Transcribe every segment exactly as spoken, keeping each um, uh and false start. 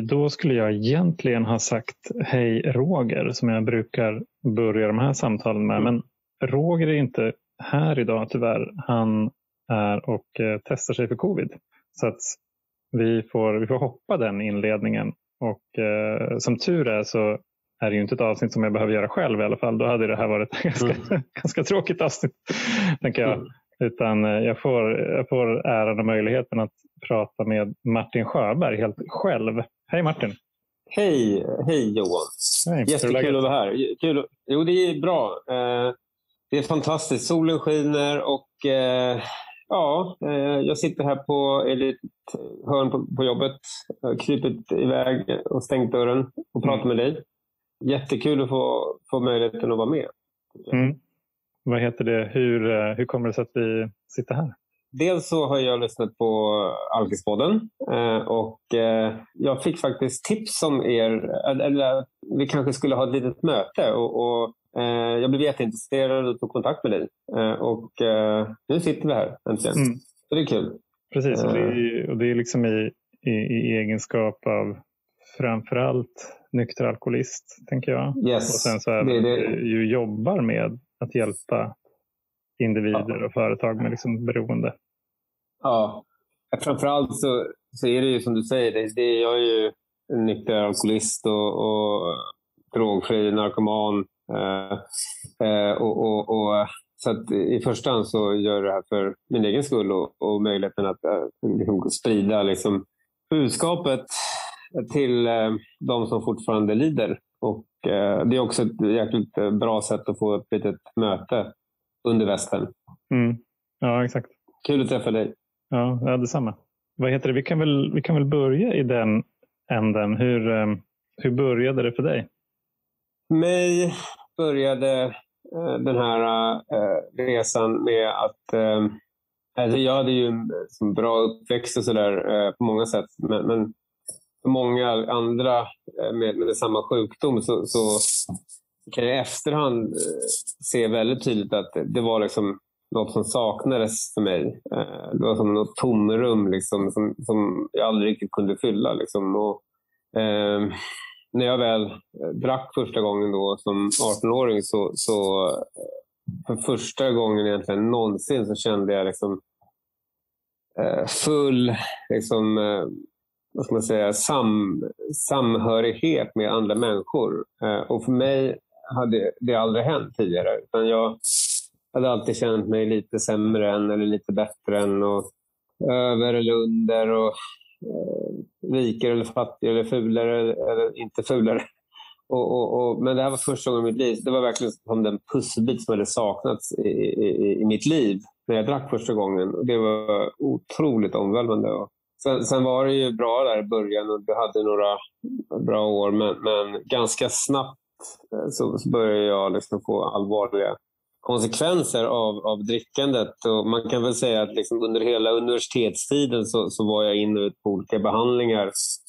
då skulle jag egentligen ha sagt hej Roger, som jag brukar börja de här samtalen med. Men Roger är inte här idag tyvärr. Han är och eh, testar sig för covid. Så att vi får, vi får hoppa den inledningen. Och eh, som tur är så är det ju inte ett avsnitt som jag behöver göra själv i alla fall. Då hade det här varit ett ganska, mm. ganska tråkigt avsnitt, tänker jag. Mm. Utan jag får, jag får äran och möjligheten att prata med Martin Sjöberg helt själv. Hej Martin! Hej, hej Johan! Hej, jättekul att vara här. Kul. Jo, det är bra. Eh, det är fantastiskt. Solen skiner och eh, ja, eh, jag sitter här på ett hörn på, på jobbet. Jag har krypit iväg och stängt dörren och pratat mm. med dig. Jättekul att få, få möjligheten att vara med. Mm. Vad heter det? Hur, hur kommer det sig att vi sitter här? Dels så har jag lyssnat på Alkispodden och jag fick faktiskt tips om er, eller vi kanske skulle ha ett litet möte och, och jag blev jätteintresserad och tog kontakt med dig och nu sitter vi här äntligen. Mm. Så det är kul. Precis, och det är, och det är liksom i, i, i egenskap av framförallt nykter alkoholist, tänker jag. Yes. Och sen så är det, det... ju jobbar med att hjälpa individer ja. och företag med liksom beroende. Ja, framförallt så, så är det ju som du säger, det, det, jag är ju en nykter alkoholist och, och drogfri narkoman. Eh, eh, och, och, och, så att i första hand så gör jag det här för min egen skull och, och möjligheten att eh, liksom sprida liksom, budskapet till eh, de som fortfarande lider. Och eh, det är också ett jäkligt bra sätt att få ett litet möte under västen. Mm. Ja, exakt. Kul att träffa dig. Ja, ja, detsamma. Vad heter det? Vi kan väl, vi kan väl börja i den änden. Hur, eh, hur började det för dig? Mig började eh, den här eh, resan med att eh, alltså jag hade ju en som bra uppväxt och sådär eh, på många sätt. Men, men för många andra eh, med, med samma sjukdom så, så kan jag i efterhand eh, se väldigt tydligt att det, det var liksom något som saknades för mig. Eh, det var som något tomrum liksom, som, som jag aldrig riktigt kunde fylla. Liksom. Och, eh, när jag väl drack första gången då, som arton-åring så, så för första gången egentligen någonsin så kände jag liksom, eh, full liksom, eh, vad ska man säga, sam, samhörighet med andra människor. Eh, och för mig hade det aldrig hänt tidigare. Utan jag hade alltid känt mig lite sämre än eller lite bättre än och över eller under och eh, rikare eller fattigare eller fulare eller inte fulare. Och, och, och, men det här var första gången i mitt liv. Det var verkligen som den pusselbit som hade saknats i, i, i mitt liv när jag drack första gången. Och det var otroligt omvälvande. Och sen, sen var det ju bra där i början och det hade några bra år. Men, men ganska snabbt så, så började jag liksom få allvarliga konsekvenser av, av drickandet. Och man kan väl säga att liksom under hela universitetstiden så, så var jag inne på olika behandlingar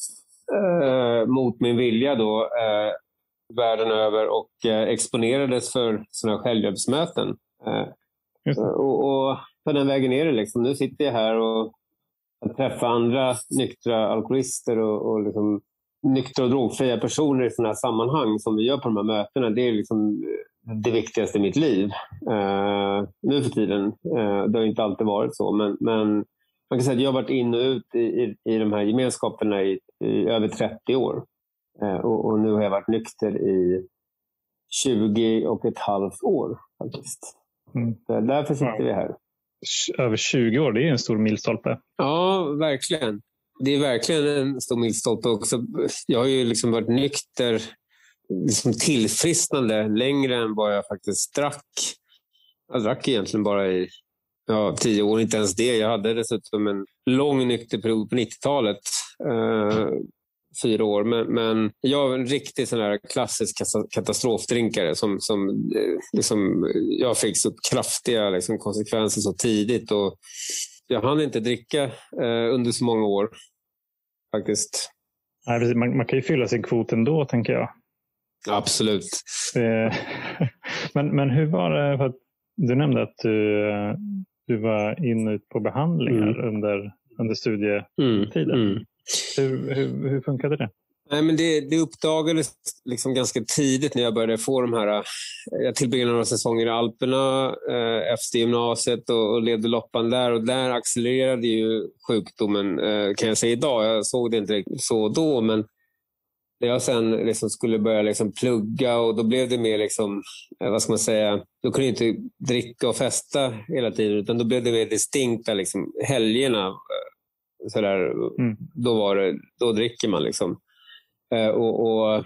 eh, mot min vilja då eh, världen över och eh, exponerades för sådana självhjälpsmöten. Eh, och, och på den vägen är det liksom. Nu sitter jag här och träffar andra nyktra alkoholister och, och liksom nyktra och drogfria personer i sådana här sammanhang som vi gör på de här mötena. Det är liksom det viktigaste i mitt liv. Uh, nu för tiden. Uh, det har inte alltid varit så. Men, men man kan säga att jag har varit in och ut i, i, i de här gemenskaperna i, i över trettio år. Uh, och, och nu har jag varit nykter i tjugo och ett halvt år faktiskt. Mm. Så därför sitter vi här. Över tjugo år, det är en stor milstolpe. Ja, verkligen. Det är verkligen en stor milstolpe också. Jag har ju liksom varit nykter liksom tillfrisknande längre än vad jag faktiskt drack. Jag drack egentligen bara i ja, tio år, inte ens det. Jag hade dessutom en lång nykterperiod på nittiotalet. Eh, fyra år. Men, men jag är en riktig sån här klassisk katastrofdrinkare som, som eh, liksom, jag fick så kraftiga liksom, konsekvenser så tidigt. Och jag hann inte dricka eh, under så många år faktiskt. Nej, precis. Man, man kan ju fylla sin kvot ändå, tänker jag. Absolut. men, men hur var det? För att du nämnde att du, du var inne på behandlingar mm. under, under studietiden. Mm. Mm. Hur, hur, hur funkade det? Nej, men det, det uppdagades liksom ganska tidigt när jag började få de här... Jag tillbringade några säsonger i Alperna eh, efter gymnasiet och, och levde loppan där. Och där accelererade ju sjukdomen, eh, kan jag säga idag. Jag såg det inte riktigt så då, men när jag sen liksom skulle börja liksom plugga och då blev det mer liksom, eh, vad ska man säga, då kunde jag inte dricka och festa hela tiden, utan då blev det mer distinkta liksom, helgerna. Eh, sådär, mm. då, var det, då dricker man liksom. Uh, och, och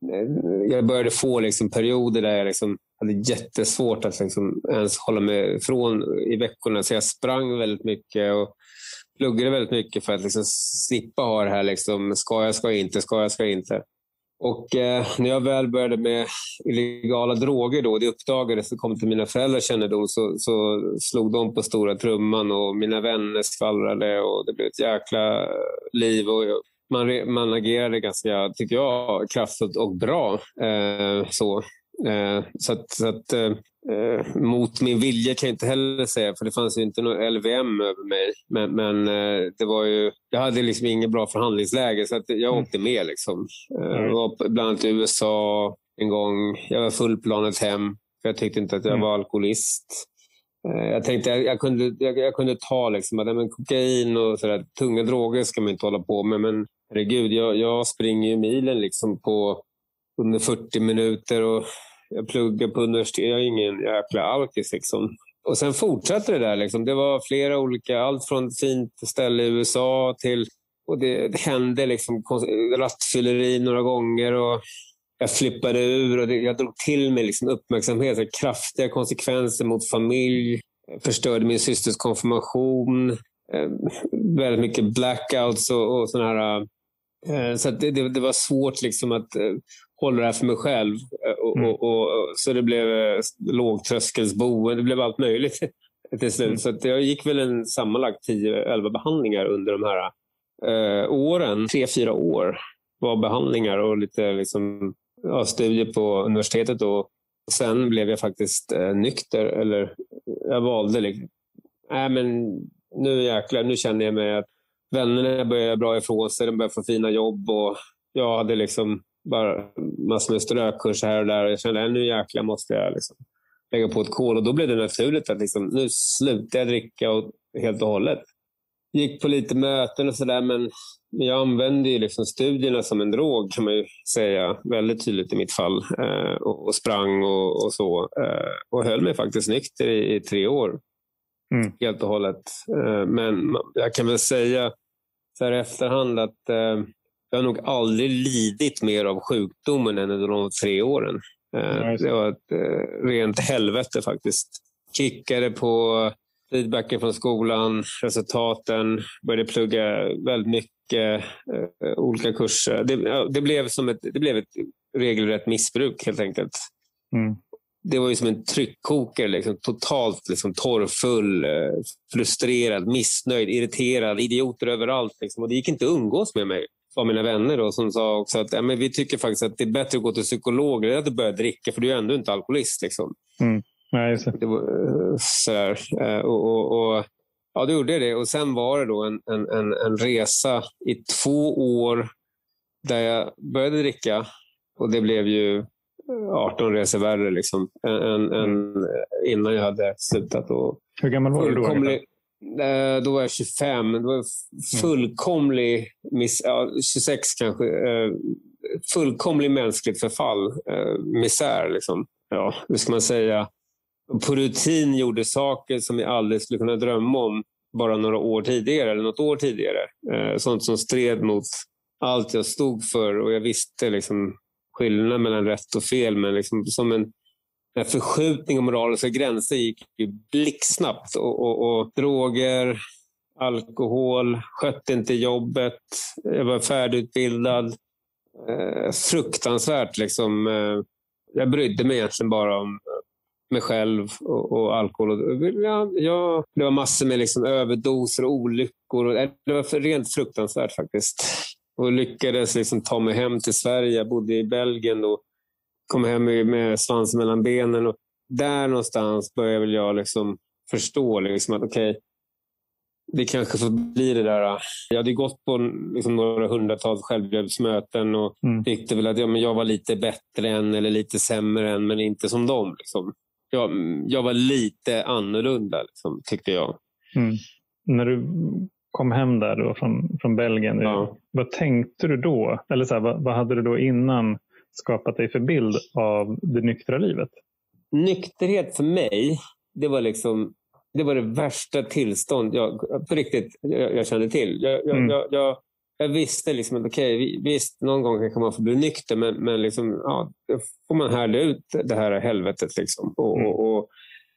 jag började få liksom perioder där jag liksom hade jättesvårt att liksom ens hålla mig från i veckorna. Så jag sprang väldigt mycket och pluggade väldigt mycket för att liksom slippa ha det här liksom, ska jag, ska jag inte, ska jag, ska jag inte. Och eh, när jag väl började med illegala droger då, det uppdagades och kom till mina föräldrars kännedom, så, så slog de på stora trumman och mina vänner skvallrade och det blev ett jäkla liv. Och jag, Man, man agerade ganska, tycker jag, kraftfullt och bra. Eh, så eh, så att, så att eh, mot min vilja kan jag inte heller säga, för det fanns ju inte något L V M över mig. Men, men eh, det var ju, jag hade liksom inget bra förhandlingsläge, så att jag åkte med. Liksom. Eh, jag var bland annat i U S A en gång. Jag var fullplanet hem, för jag tyckte inte att jag var alkoholist. Jag tänkte jag, jag, kunde, jag, jag kunde ta liksom, att, men kokain och sådär, tunga droger ska man inte hålla på med. Men herregud, jag, jag springer ju milen liksom på under fyrtio minuter och jag pluggar på universitet. Jag är ingen jäkla alkis liksom. Och sen fortsatte det där. Liksom. Det var flera olika, allt från fint ställe i U S A till, och det, det hände liksom rattfylleri några gånger och jag flippade ur och det, jag drog till mig liksom uppmärksamhet, så kraftiga konsekvenser mot familj, förstörde min systers konfirmation, eh, väldigt mycket blackouts och, och sådana här. Eh, så att det, det, det var svårt liksom att eh, hålla det här för mig själv. Eh, och, mm. och, och, och, så det blev eh, lågtröskelsboende, det blev allt möjligt till slut. Mm. Så att jag gick väl en sammanlagt tio elva behandlingar under de här eh, åren, tre fyra år var behandlingar och lite liksom, ja, studier på universitetet. Och sen blev jag faktiskt eh, nykter, eller jag valde liksom, nej men nu jäklar, nu känner jag mig att vännerna börjar bra ifrån sig, de börjar få fina jobb och jag hade liksom bara massor med strökkurser här och där och jag kände att nu jäklar måste jag liksom lägga på ett kol, och då blev det naturligt att liksom, nu slutar jag dricka och, helt och hållet. Gick på lite möten och sådär, men jag använde ju liksom studierna som en drog, kan man ju säga, väldigt tydligt i mitt fall. Eh, och, och sprang och, och så. Eh, och höll mig faktiskt nykter i, i tre år. Mm. Helt och hållet. Eh, men jag kan väl säga så här i efterhand att eh, jag har nog aldrig lidit mer av sjukdomen än under de tre åren. Eh, det var ett eh, rent helvete faktiskt. Kickade på feedbacken från skolan, resultaten, började plugga väldigt mycket eh, olika kurser. Det, ja, det, blev som ett, det blev ett regelrätt missbruk helt enkelt. Mm. Det var ju som en tryckkokare, liksom, totalt liksom, torrfull, eh, frustrerad, missnöjd, irriterad, idioter överallt. Liksom. Och det gick inte att umgås med mig. Av mina vänner då, som sa också att ja, men vi tycker faktiskt att det är bättre att gå till psykolog än att börja dricka, för du är ändå inte alkoholist. Liksom. Mm. Nej, så. Det var sådär. Och, och, och, ja, då gjorde jag det. Och sen var det då en, en, en, en resa i två år där jag började dricka. Och det blev ju arton resor värre liksom, än, än innan jag hade slutat. Och hur gammal var du då? Då var jag tjugofem. Det var fullkomlig, miss, ja, tjugosex kanske. Fullkomlig mänskligt förfall. Misär liksom. Ja, hur ska man säga? På rutin gjorde saker som jag aldrig skulle kunna drömma om bara några år tidigare eller något år tidigare. Eh, sånt som stred mot allt jag stod för, och jag visste liksom skillnaden mellan rätt och fel, men liksom som en, en förskjutning av moraliska gränser gick ju blixtsnabbt. Och, och, och droger, alkohol, skötte inte jobbet, jag var färdigutbildad. Eh, fruktansvärt liksom. Eh, jag brydde mig egentligen bara om mig själv och, och alkohol. Och, ja, ja, det var massor med liksom överdoser och olyckor. Och, det var för rent fruktansvärt faktiskt. Och lyckades liksom ta mig hem till Sverige. Jag bodde i Belgien och kom hem med, med svansen mellan benen. Och där någonstans började väl jag liksom förstå liksom att okej, okay, det kanske får bli det där. Jag hade gått på liksom några hundratals självhjälpsmöten och mm. tyckte väl att ja, men jag var lite bättre än eller lite sämre än, men inte som dem. Liksom. Jag, jag var lite annorlunda, liksom, tyckte jag. Mm. När du kom hem där då från, från Belgien, ja. Vad tänkte du då? Eller så här, vad, vad hade du då innan skapat dig för bild av det nyktra livet? Nykterhet för mig, det var liksom det var det värsta tillstånd jag på riktigt jag, jag kände till. Jag, jag, mm. jag, jag, jag visste liksom att okej, okay, visst någon gång kan man få bli nykter, men, men liksom, ja, då får man härda ut det här helvetet liksom. Och, mm. och, och,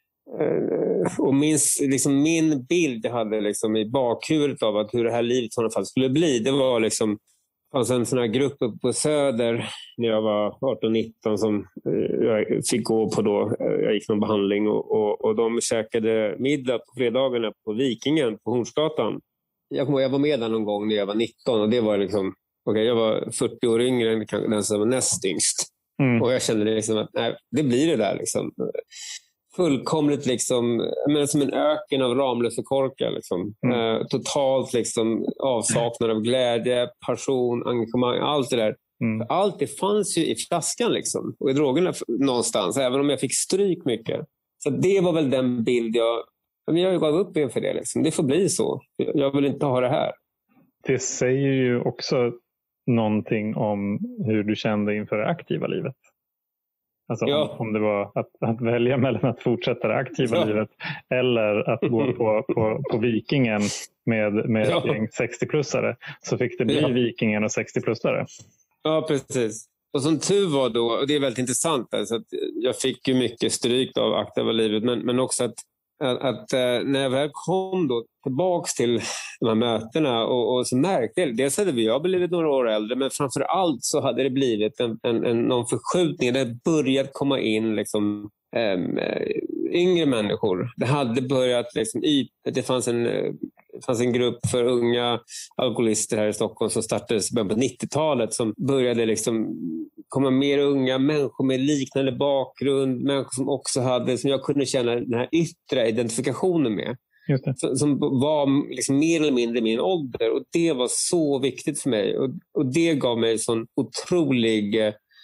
och min, liksom, min bild jag hade liksom i bakhuvudet av att hur det här livet i alla fall skulle bli, det var liksom fanns en sån här grupp uppe på Söder när jag var arton nitton som jag fick gå på då. Jag gick någon behandling och, och, och de käkade middag på fredagarna på Vikingen på Hornsgatan. Jag, jag var med där någon gång när jag var nitton och det var liksom, okej, okay, jag var fyrtio år yngre än den som var näst yngst. Mm. Och jag kände liksom att nej, det blir det där liksom. Fullkomligt liksom, men som en öken av Ramlösa-korkar liksom. Mm. Eh, totalt liksom avsaknad av glädje, passion, engagemang, allt det där. Mm. Allt det fanns ju i flaskan liksom, och i drogerna någonstans, även om jag fick stryk mycket. Så det var väl den bild jag, jag gav upp inför det liksom. Det får bli så. Jag vill inte ha det här. Det säger ju också någonting om hur du kände inför det aktiva livet. Alltså ja. om, om det var att, att välja mellan att fortsätta det aktiva ja. livet eller att gå på, på, på Vikingen med, med ja. ett gäng sextio-plussare, så fick det bli ja. Vikingen och sextio-plussare. Ja, precis. Och som tur var då, och det är väldigt intressant, alltså att jag fick ju mycket stryk av aktiva livet, men, men också att, att, att när jag väl kom då tillbaks till de här mötena och, och så märkte jag, dels hade vi jag blivit några år äldre, men framför allt så hade det blivit en, en, en, någon förskjutning. Det börjat komma in liksom, äm, yngre människor. Det hade börjat liksom, i, det fanns en, det fanns en grupp för unga alkoholister här i Stockholm som startades på nittiotalet, som började liksom komma mer unga människor med liknande bakgrund, människor som också hade, som jag kunde känna den här yttre identifikationen med. Som var liksom mer eller mindre min ålder, och det var så viktigt för mig, och, och det gav mig sån otrolig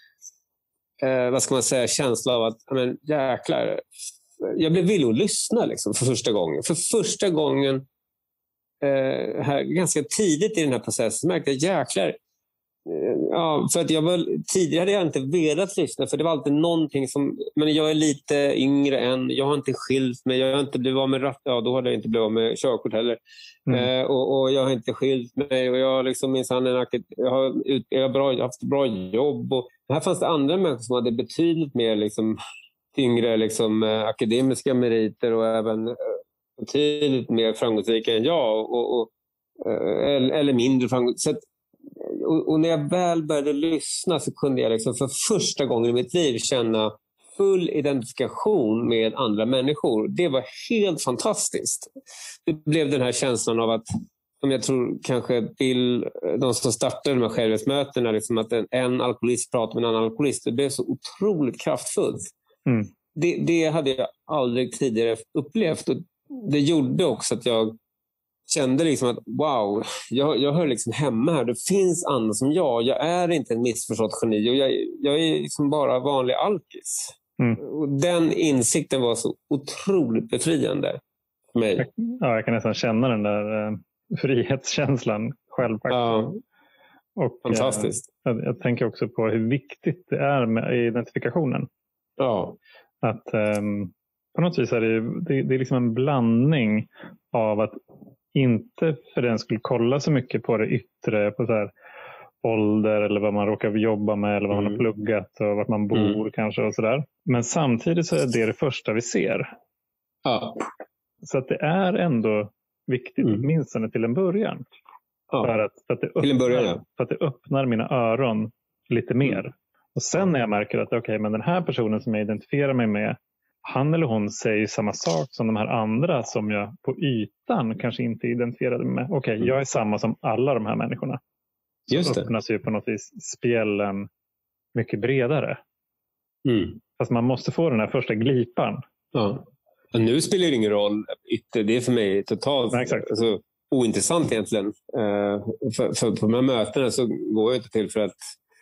eh, vad ska man säga, känsla av att men, jäklar, jag blev villig att lyssna liksom, för första gången för första gången eh, här, ganska tidigt i den här processen märkte jag jäklar. Ja, för att jag var, tidigare hade jag inte velat lyssna, för det var alltid någonting som, men jag är lite yngre än, jag har inte skilt mig, jag har inte blivit av med ratt, ja då hade jag inte blivit av med körkort heller. Mm. eh, och, och jag har inte skilt mig, och jag har liksom minsann en, jag har, jag har bra, jag har haft bra jobb, och här fanns det andra människor som hade betydligt mer liksom tyngre liksom eh, akademiska meriter och även eh, betydligt mer framgångsrika än jag, och, och eh, eller, eller mindre framgångsrika. Så att, Och, och när jag väl började lyssna så kunde jag liksom för första gången i mitt liv känna full identifikation med andra människor. Det var helt fantastiskt. Det blev den här känslan av att, som jag tror kanske Bill, de som startade de här självhjälpsmötena, liksom att en, en alkoholist pratar med en annan alkoholist. Det blev så otroligt kraftfullt. Mm. Det, det hade jag aldrig tidigare upplevt, och det gjorde också att jag kände liksom att wow, jag, jag hör liksom hemma här. Det finns andra som jag. Jag är inte en missförstått geni, och jag, jag är liksom bara vanlig alkis. Mm. Och den insikten var så otroligt befriande för mig. Ja, jag kan nästan känna den där eh, frihetskänslan själv faktiskt. Ja. Och, fantastiskt. Eh, jag, jag tänker också på hur viktigt det är med identifikationen. Ja. Att eh, på något vis är det, det, det är liksom en blandning av att inte för den skulle kolla så mycket på det yttre, på så här ålder eller vad man råkar jobba med eller vad mm. man har pluggat och vart man bor mm. kanske och sådär. Men samtidigt så är det det första vi ser. Ja. Så att det är ändå viktigt, mm. åtminstone till en början. Ja. För, att, för, att det öppnar, till en början, ja. för att det öppnar mina öron lite mer. Mm. Och sen när jag märker att okej, okay, men den här personen som jag identifierar mig med, han eller hon säger samma sak som de här andra som jag på ytan kanske inte identifierade mig med. Okej, okay, mm. jag är samma som alla de här människorna. Så just det. Öppnas ju på något vis spjällen mycket bredare. Mm. Fast man måste få den här första glipan. Ja. Och nu spelar det ingen roll. Det är för mig totalt Nej, exakt. alltså, ointressant egentligen. Uh, för, för på de här mötena så går jag inte till för att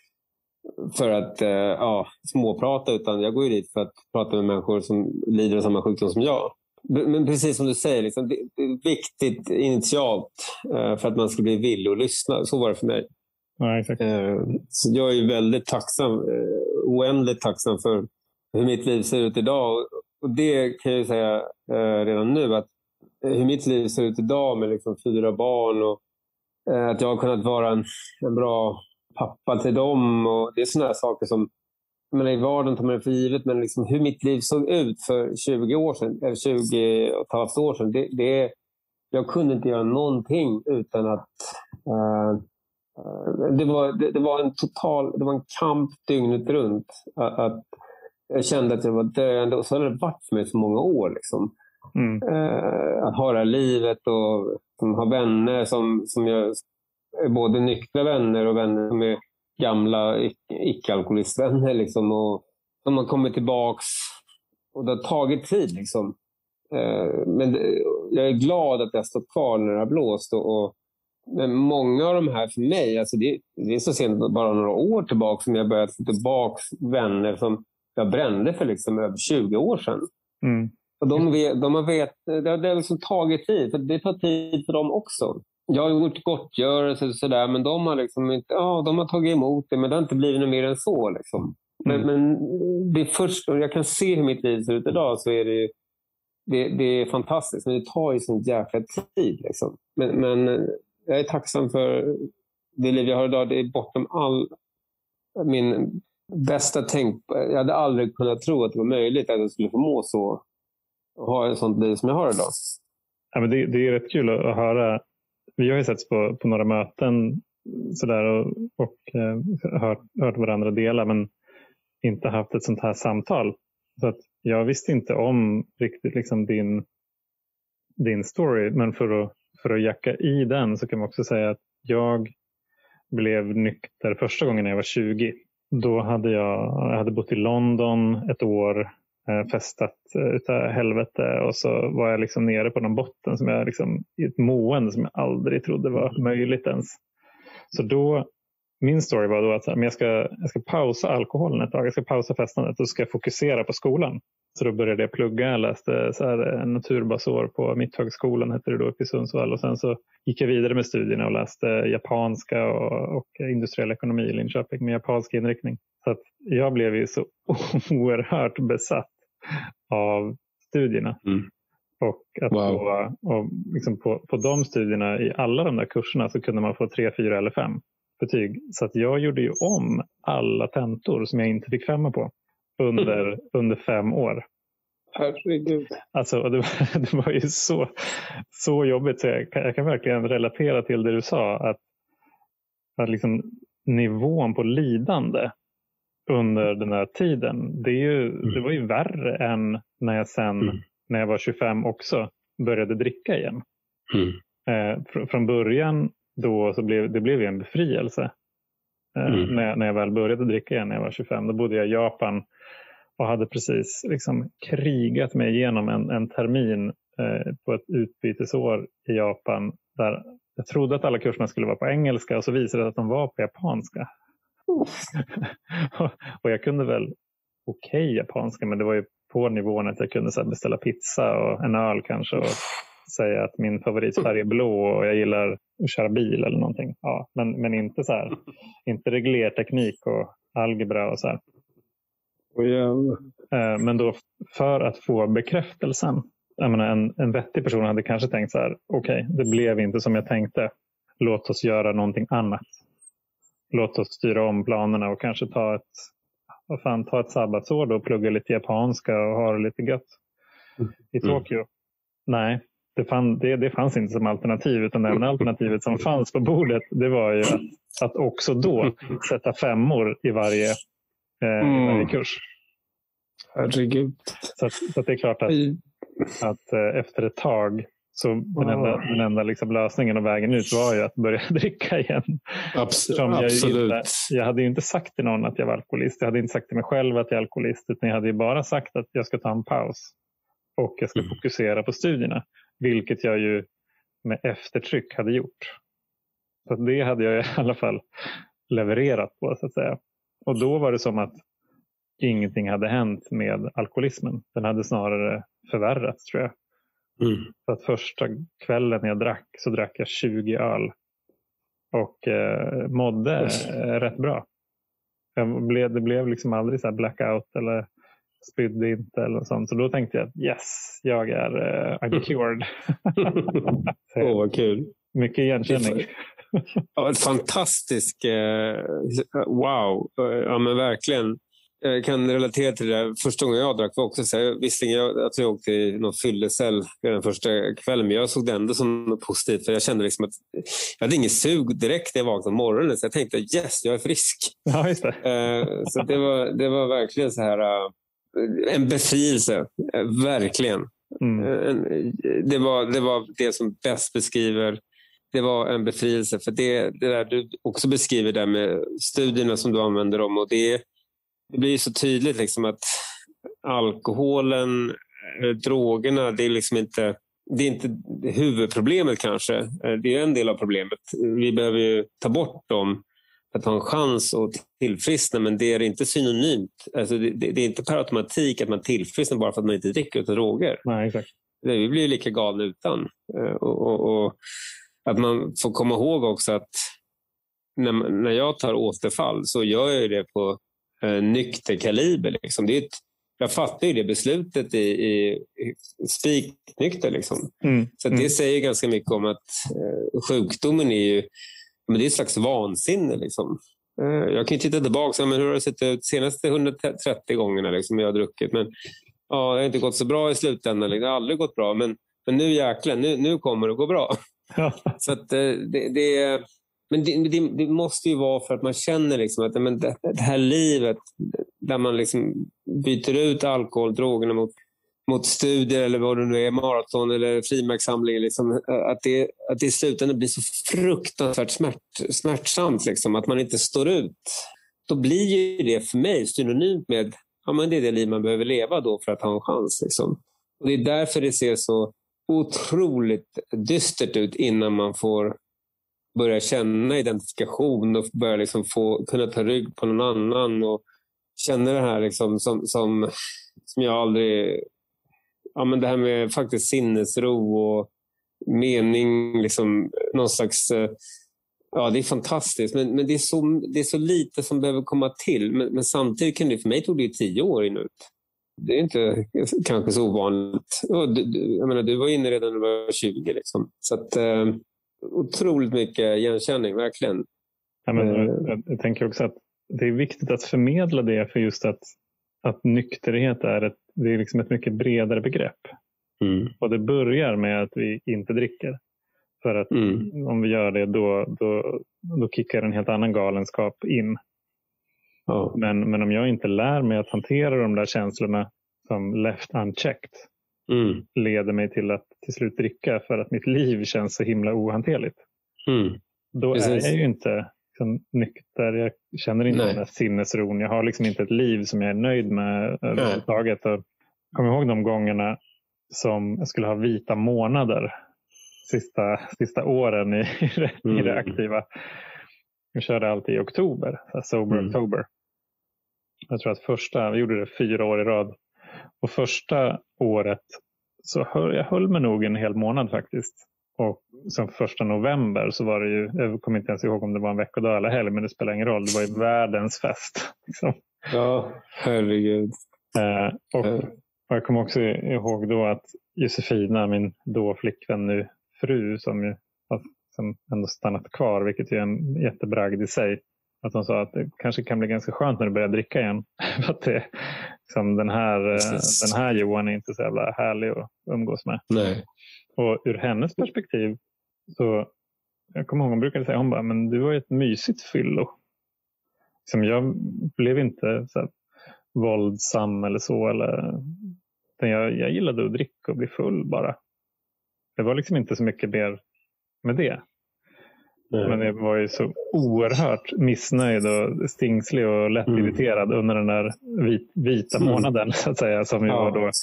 för att uh, ja, småprata, utan jag går ju dit för att prata med människor som lider av samma sjukdom som jag. Men precis som du säger, liksom, det är viktigt initialt uh, för att man ska bli villig att lyssna. Så var det för mig. Ja, exakt. Uh, så jag är ju väldigt tacksam, uh, oändligt tacksam för hur mitt liv ser ut idag. Och det kan jag ju säga uh, redan nu, att hur mitt liv ser ut idag med liksom fyra barn och uh, att jag har kunnat vara en, en bra pappa till dem. Och det är sådana här saker som men i vardagen tar man det för givet, men liksom hur mitt liv såg ut för tjugo år sedan, eller tjugo och ett halvt år sedan, det, det, jag kunde inte göra någonting utan att uh, uh, det, var, det, det var en total, det var en kamp dygnet runt. Att, att jag kände att jag var döende, och så hade det varit för mig så många år liksom. Mm. Uh, att ha det här livet och som ha vänner som, som jag är både nyktra vänner och vänner som är gamla icke-alkoholistvänner liksom, och de har kommit tillbaks och det har tagit tid liksom. Uh, men det, jag är glad att jag har stått kvar när det har blåst och, och men många av de här för mig, alltså det, det är så sent bara några år tillbaka som jag börjat få tillbaks vänner som jag brände för liksom över tjugo år sedan. Mm. Och de, vet, de har vet, det har liksom tagit tid, för det tar tid för dem också. Jag har gjort gottgörelse och sådär, men de har liksom inte, ja, de har tagit emot det, men det har inte blivit något mer än så liksom. Mm. Men, men det är först, och jag kan se hur mitt liv ser ut idag, så är det det, det är fantastiskt, men det tar ju sån jäkla tid liksom. Men, men jag är tacksam för det liv jag har idag. Det är bortom all min bästa tänk. Jag hade aldrig kunnat tro att det var möjligt att jag skulle få må så och ha ett sånt liv som jag har idag. Ja, men det, det är rätt kul att höra. Vi har ju setts på, på några möten sådär och, och eh, hört, hört varandra dela, men inte haft ett sånt här samtal. Så att jag visste inte om riktigt liksom din, din story, men för att, för att jacka i den så kan man också säga att jag blev nykter första gången när jag var tjugo. Då hade jag, jag hade bott i London ett år, festat utav helvete, och så var jag liksom nere på någon botten som jag liksom, i ett mående som jag aldrig trodde var möjligt ens. Så då, min story var då att men jag, ska, jag ska pausa alkoholen ett tag, jag ska pausa festandet och ska fokusera på skolan. Så då började jag plugga, jag läste så här, naturbasår på Mitthögskolan hette det då uppe i Sundsvall, och sen så gick jag vidare med studierna och läste japanska och, och industriell ekonomi i Linköping med japansk inriktning. Så att jag blev ju så oerhört besatt av studierna. Mm. Och att wow. på, och liksom på, på de studierna i alla de där kurserna så kunde man få tre, fyra eller fem betyg. Så att jag gjorde ju om alla tentor som jag inte fick femma på under, mm. under fem år. Herregud. Alltså, det, var, det var ju så, så jobbigt. Så jag, kan, jag kan verkligen relatera till det du sa. Att, att liksom nivån på lidande under den här tiden, det, är ju, mm. det var ju värre än när jag sen, mm. när jag var tjugofem också, började dricka igen. Mm. Eh, fr- från början då så blev det blev en befrielse. Eh, mm. när, när jag väl började dricka igen när jag var tjugofem, då bodde jag i Japan och hade precis liksom krigat mig igenom en, en termin eh, på ett utbytesår i Japan där jag trodde att alla kurserna skulle vara på engelska, och så visade det att de var på japanska. Och jag kunde väl okej okay, japanska, men det var ju på nivån att jag kunde så här, beställa pizza och en öl kanske och säga att min favoritfärg är blå och jag gillar att köra bil eller någonting. Ja, men, men inte så här, inte reglerteknik och algebra och så här. Yeah. Men då för att få bekräftelsen, jag menar, en, en vettig person hade kanske tänkt så här: okej, okay, det blev inte som jag tänkte. Låt oss göra någonting annat. Låt oss styra om planerna och kanske ta ett, vad fan, ta ett sabbatsår då och plugga lite japanska och ha det lite gött i Tokyo. Mm. Nej, det, fann, det, det fanns inte som alternativ, utan det enda alternativet som fanns på bordet, det var ju att, att också då sätta femmor i varje, eh, i varje kurs. Herregud. Så, att, så att det är klart att, att eh, efter ett tag så den enda, den enda liksom lösningen och vägen ut var ju att börja dricka igen. Abs- jag, absolut. Inte, jag hade ju inte sagt till någon att jag var alkoholist. Jag hade inte sagt till mig själv att jag är alkoholist. Utan jag hade ju bara sagt att jag ska ta en paus. och jag ska fokusera på studierna. Vilket jag ju med eftertryck hade gjort. Så att det hade jag i alla fall levererat på, så att säga. Och då var det som att ingenting hade hänt med alkoholismen. Den hade snarare förvärrats, tror jag. Mm. Så att första kvällen jag drack så drack jag tjugo öl. Och eh, mådde eh, rätt bra. Jag blev, det blev liksom aldrig så här blackout eller spydde inte eller sånt. Så då tänkte jag, yes, jag är uh, I'm cured. Åh, oh, vad kul. Mycket igenkänning. Ja, ett fantastiskt uh, wow. Uh, ja, men verkligen. Jag kan relatera till det där. Första gången jag drack var också så här, visserligen jag, att jag åkte i någon fyllecell den första kvällen, men jag såg det ändå som något positivt, för jag kände liksom att jag hade ingen sug direkt när jag vaknade på morgonen, så jag tänkte yes, jag är frisk. Ja, just det. Uh, så det var, det var verkligen så här uh, en befrielse, uh, verkligen. Mm. Uh, det, var, det var det som bäst beskriver. Det var en befrielse, för det, det där du också beskriver där med studierna som du använder om, och det Det blir så tydligt liksom att alkoholen, drogerna, det är liksom inte, det är inte huvudproblemet kanske. Det är en del av problemet. Vi behöver ju ta bort dem för att ha en chans att tillfriskna, men det är inte synonymt. Alltså det, det är inte per automatik att man tillfrisknar bara för att man inte dricker utan droger. Nej, exakt. Vi blir ju lika galna utan. Och, och, och att man får komma ihåg också att när, när jag tar återfall så gör jag det på Uh, nykter kaliber liksom. Det är ett, jag fattar ju det beslutet i, i, i spiknykter liksom. Mm. Så mm. det säger ganska mycket om att uh, sjukdomen är ju, men det är ett slags vansinne liksom. Uh, jag kan ju titta tillbaka, men hur har det sett ut senaste hundratrettio gångerna liksom jag har druckit, men ja, det har inte gått så bra i slutändan, det har aldrig gått bra, men, men nu jäklar, nu, nu kommer det gå bra. Så att uh, det, det är Men det, det, det måste ju vara för att man känner liksom att men det, det här livet där man liksom byter ut alkohol, drogerna mot, mot studier eller vad det nu är, maraton eller frimärkssamling, liksom, att, det, att det i slutändan blir så fruktansvärt smärt, smärtsamt liksom, att man inte står ut. Då blir ju det för mig synonymt med ja, men det är det liv man behöver leva då för att ha en chans. Liksom. Och det är därför det ser så otroligt dystert ut innan man får börja känna identifikation och börja liksom få kunna ta rygg på någon annan och känna det här liksom som, som, som jag aldrig, ja men det här med faktiskt sinnesro och mening liksom, någon slags, ja det är fantastiskt, men, men det, är så, det är så lite som behöver komma till, men, men samtidigt kan det, för mig tog det tio år inut. Det är inte kanske så ovanligt. Du, du, jag menar, du var inne redan när du var tjugo liksom, så att eh, otroligt mycket igenkänning, verkligen. Ja, men jag, jag tänker också att det är viktigt att förmedla det, för just att, att nykterhet är ett, det är liksom ett mycket bredare begrepp. Mm. Och det börjar med att vi inte dricker. För att mm. om vi gör det då, då, då kickar en helt annan galenskap in. Oh. Men, men om jag inte lär mig att hantera de där känslorna som left unchecked mm. leder mig till att till slut dricka för att mitt liv känns så himla ohanterligt. Mm. Då Precis. är jag ju inte liksom nykter. Jag känner inte Nej. den där sinnesron. Jag har liksom inte ett liv som jag är nöjd med överhuvudtaget. Och jag kommer ihåg de gångerna som jag skulle ha vita månader sista, sista åren i, i, det, mm. i det aktiva. Jag körde alltid i oktober, sober mm. oktober. Jag tror att första, vi gjorde det fyra år i rad. Och första året så höll jag höll mig nog en hel månad faktiskt. Och sen första november så var det ju, jag kommer inte ens ihåg om det var en veckodag eller helg, men det spelar ingen roll. Det var ju världens fest. Liksom. Ja, herregud. Eh, och, och jag kommer också ihåg då att Josefina, min då flickvän nu fru, som ju som ändå stannat kvar, vilket är en jättebragd i sig. Att hon sa att det kanske kan bli ganska skönt när du börjar dricka igen. För att det, liksom den, här, den här Johan är inte så jävla härlig att umgås med. Nej. Och ur hennes perspektiv så, jag kommer ihåg hon brukade säga, hon bara, men du var ju ett mysigt fyllo. Liksom jag blev inte så här våldsam eller så. Eller, jag, jag gillade att dricka och bli full bara. Det var liksom inte så mycket mer med det. Nej. Men jag var ju så oerhört missnöjd och stingslig och lättirriterad mm. under den där vit, vita månaden så att säga, som ju ja. var då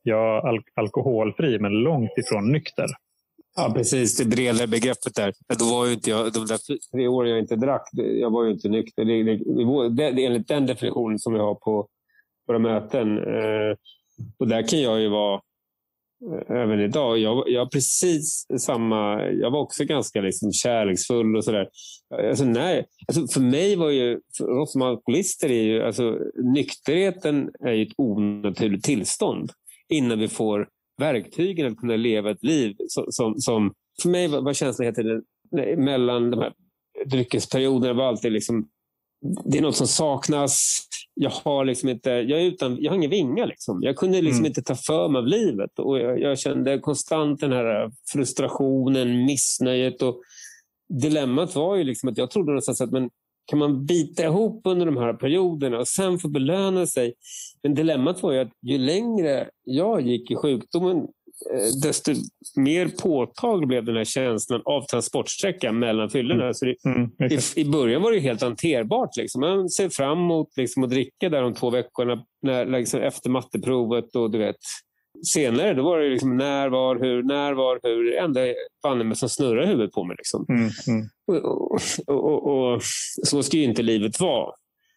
jag al- alkoholfri men långt ifrån nykter. Ja, precis. Det bredare begreppet där. Då var ju inte jag, de där tre åren jag inte drack, jag var ju inte nykter. Det, det, det, det är enligt den definitionen som vi har på våra möten. Eh, och där kan jag ju vara eh, även idag. Jag, jag precis samma, jag var också ganska liksom kärleksfull och sådär. Alltså, nej, alltså för mig var ju, för oss som alkoholister är ju, alltså nykterheten är ju ett onaturligt tillstånd innan vi får verktygen att kunna leva ett liv som, som, som för mig var, var känslan hela tiden mellan de här dryckesperioderna var alltid liksom, det är något som saknas. Jag har liksom inte, jag är utan, jag har ingen vinga liksom. Jag kunde liksom mm. inte ta för mig av livet och jag, jag kände konstant den här frustrationen, missnöjet och dilemmat var ju liksom att jag trodde någonstans att men kan man bita ihop under de här perioderna och sen få belöna sig. Men dilemmat var ju att ju längre jag gick i sjukdomen desto mer påtaglig blev den här känslan av transportsträckan mellan fyllorna. Mm. Så det, mm, i, I början var det helt hanterbart. Liksom. Man ser fram emot liksom, att dricka där de två veckorna när, liksom, efter matteprovet och du vet. Senare då var det liksom när, var, hur, när, var, hur. Det enda fann som snurrar huvudet på mig. Liksom. Mm, mm. Och, och, och, och så ska ju inte livet vara.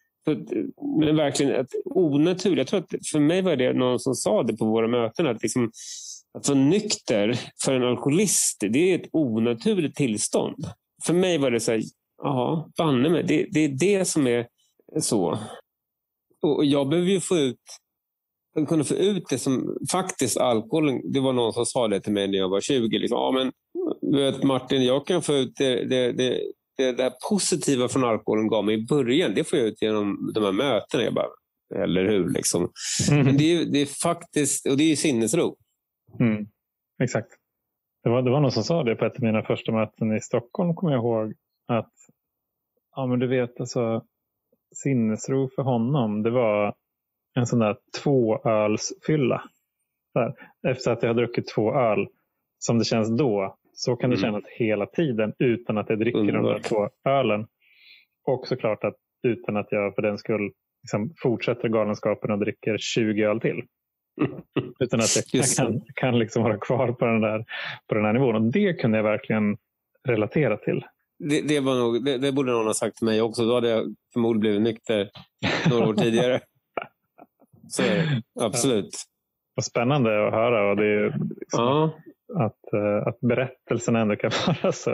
Men verkligen ett onaturligt. Jag tror att för mig var det någon som sa det på våra möten. Att, liksom, att vara nykter för en alkoholist, det är ett onaturligt tillstånd. För mig var det så här, ja, banne mig. Det, det är det som är så. Och jag behöver ju få ut att kunna få ut det som faktiskt alkoholen, det var någon som sa det till mig när jag var tjugo. Liksom, ja men vet Martin, jag kan få ut det, det, det, det där positiva från alkoholen gav mig i början. Det får jag ut genom de här mötena. Jag bara, eller hur liksom. Mm. Men det är, det är faktiskt, och det är ju sinnesro. Mm. Exakt. Det var, det var någon som sa det på ett av mina första möten i Stockholm, kommer jag ihåg. Att, ja men du vet alltså, sinnesro för honom, det var en sån där tvåölsfylla. Där. Efter att jag har druckit två öl, som det känns då, så kan det mm. kännas hela tiden utan att jag dricker Underbar. de där två ölen. Och såklart att utan att jag för den skull liksom fortsätter galenskapen och dricker tjugo öl till. Utan att jag kan, kan liksom vara kvar på den, där, på den här nivån. Och det kunde jag verkligen relatera till. Det, det, var nog, det, det borde någon ha sagt till mig också. Då hade jag förmodligen blivit nykter några år tidigare. Så absolut. Och spännande att höra. Och det är liksom ja. att, att berättelsen ändå kan vara så,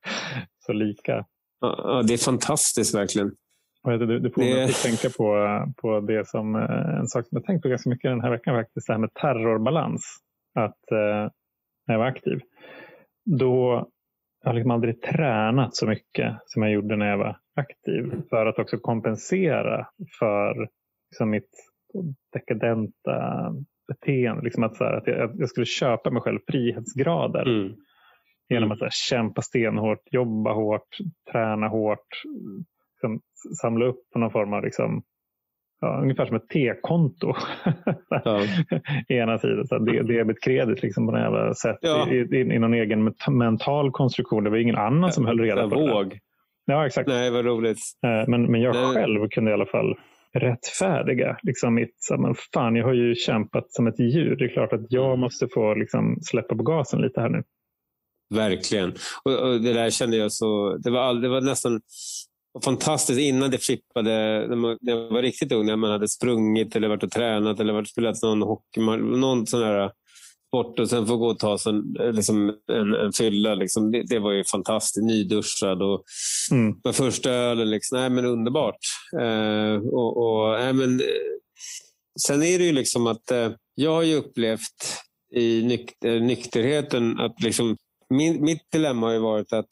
så lika. Ja, det är fantastiskt verkligen. Och det, det får mig att tänka på, på det som en sak som jag tänkt på ganska mycket den här veckan faktiskt. Det här med terrorbalans. Att eh, när jag var aktiv. Då jag har liksom aldrig tränat så mycket som jag gjorde när jag var aktiv. För att också kompensera för liksom mitt dekadenta beteende. Liksom att, så här, att jag, jag skulle köpa mig själv frihetsgrader. Mm. Genom att så här, kämpa stenhårt, jobba hårt, träna hårt. Liksom, samla upp på någon form av liksom, ja, ungefär som ett T-konto. Ja. Ena tiden. Så det, debetkredit liksom, på något jävla sätt. Ja. I, i, I någon egen mental konstruktion. Det var ingen annan som höll reda på våg. det. Ja, exakt. Nej, vad roligt. Men, men jag Nej. själv kunde i alla fall rättfärdiga. Liksom mitt, så, men fan, jag har ju kämpat som ett djur. Det är klart att jag måste få liksom, släppa på gasen lite här nu. Verkligen. Och, och det där kände jag så... Det var, all, det var nästan... fantastiskt innan det flippade, när man, när jag var riktigt ung, när man hade sprungit eller varit och tränat eller varit och spelat någon hockey, någon sån här sport och sen få gå och ta sig liksom en, en fylla. Liksom. Det, det var ju fantastiskt, nyduschad och mm. den första ölen, liksom, nej men underbart. Eh, och, och, nej, men, sen är det ju liksom att eh, jag har ju upplevt i nyk- nykterheten att liksom, min, mitt dilemma har ju varit att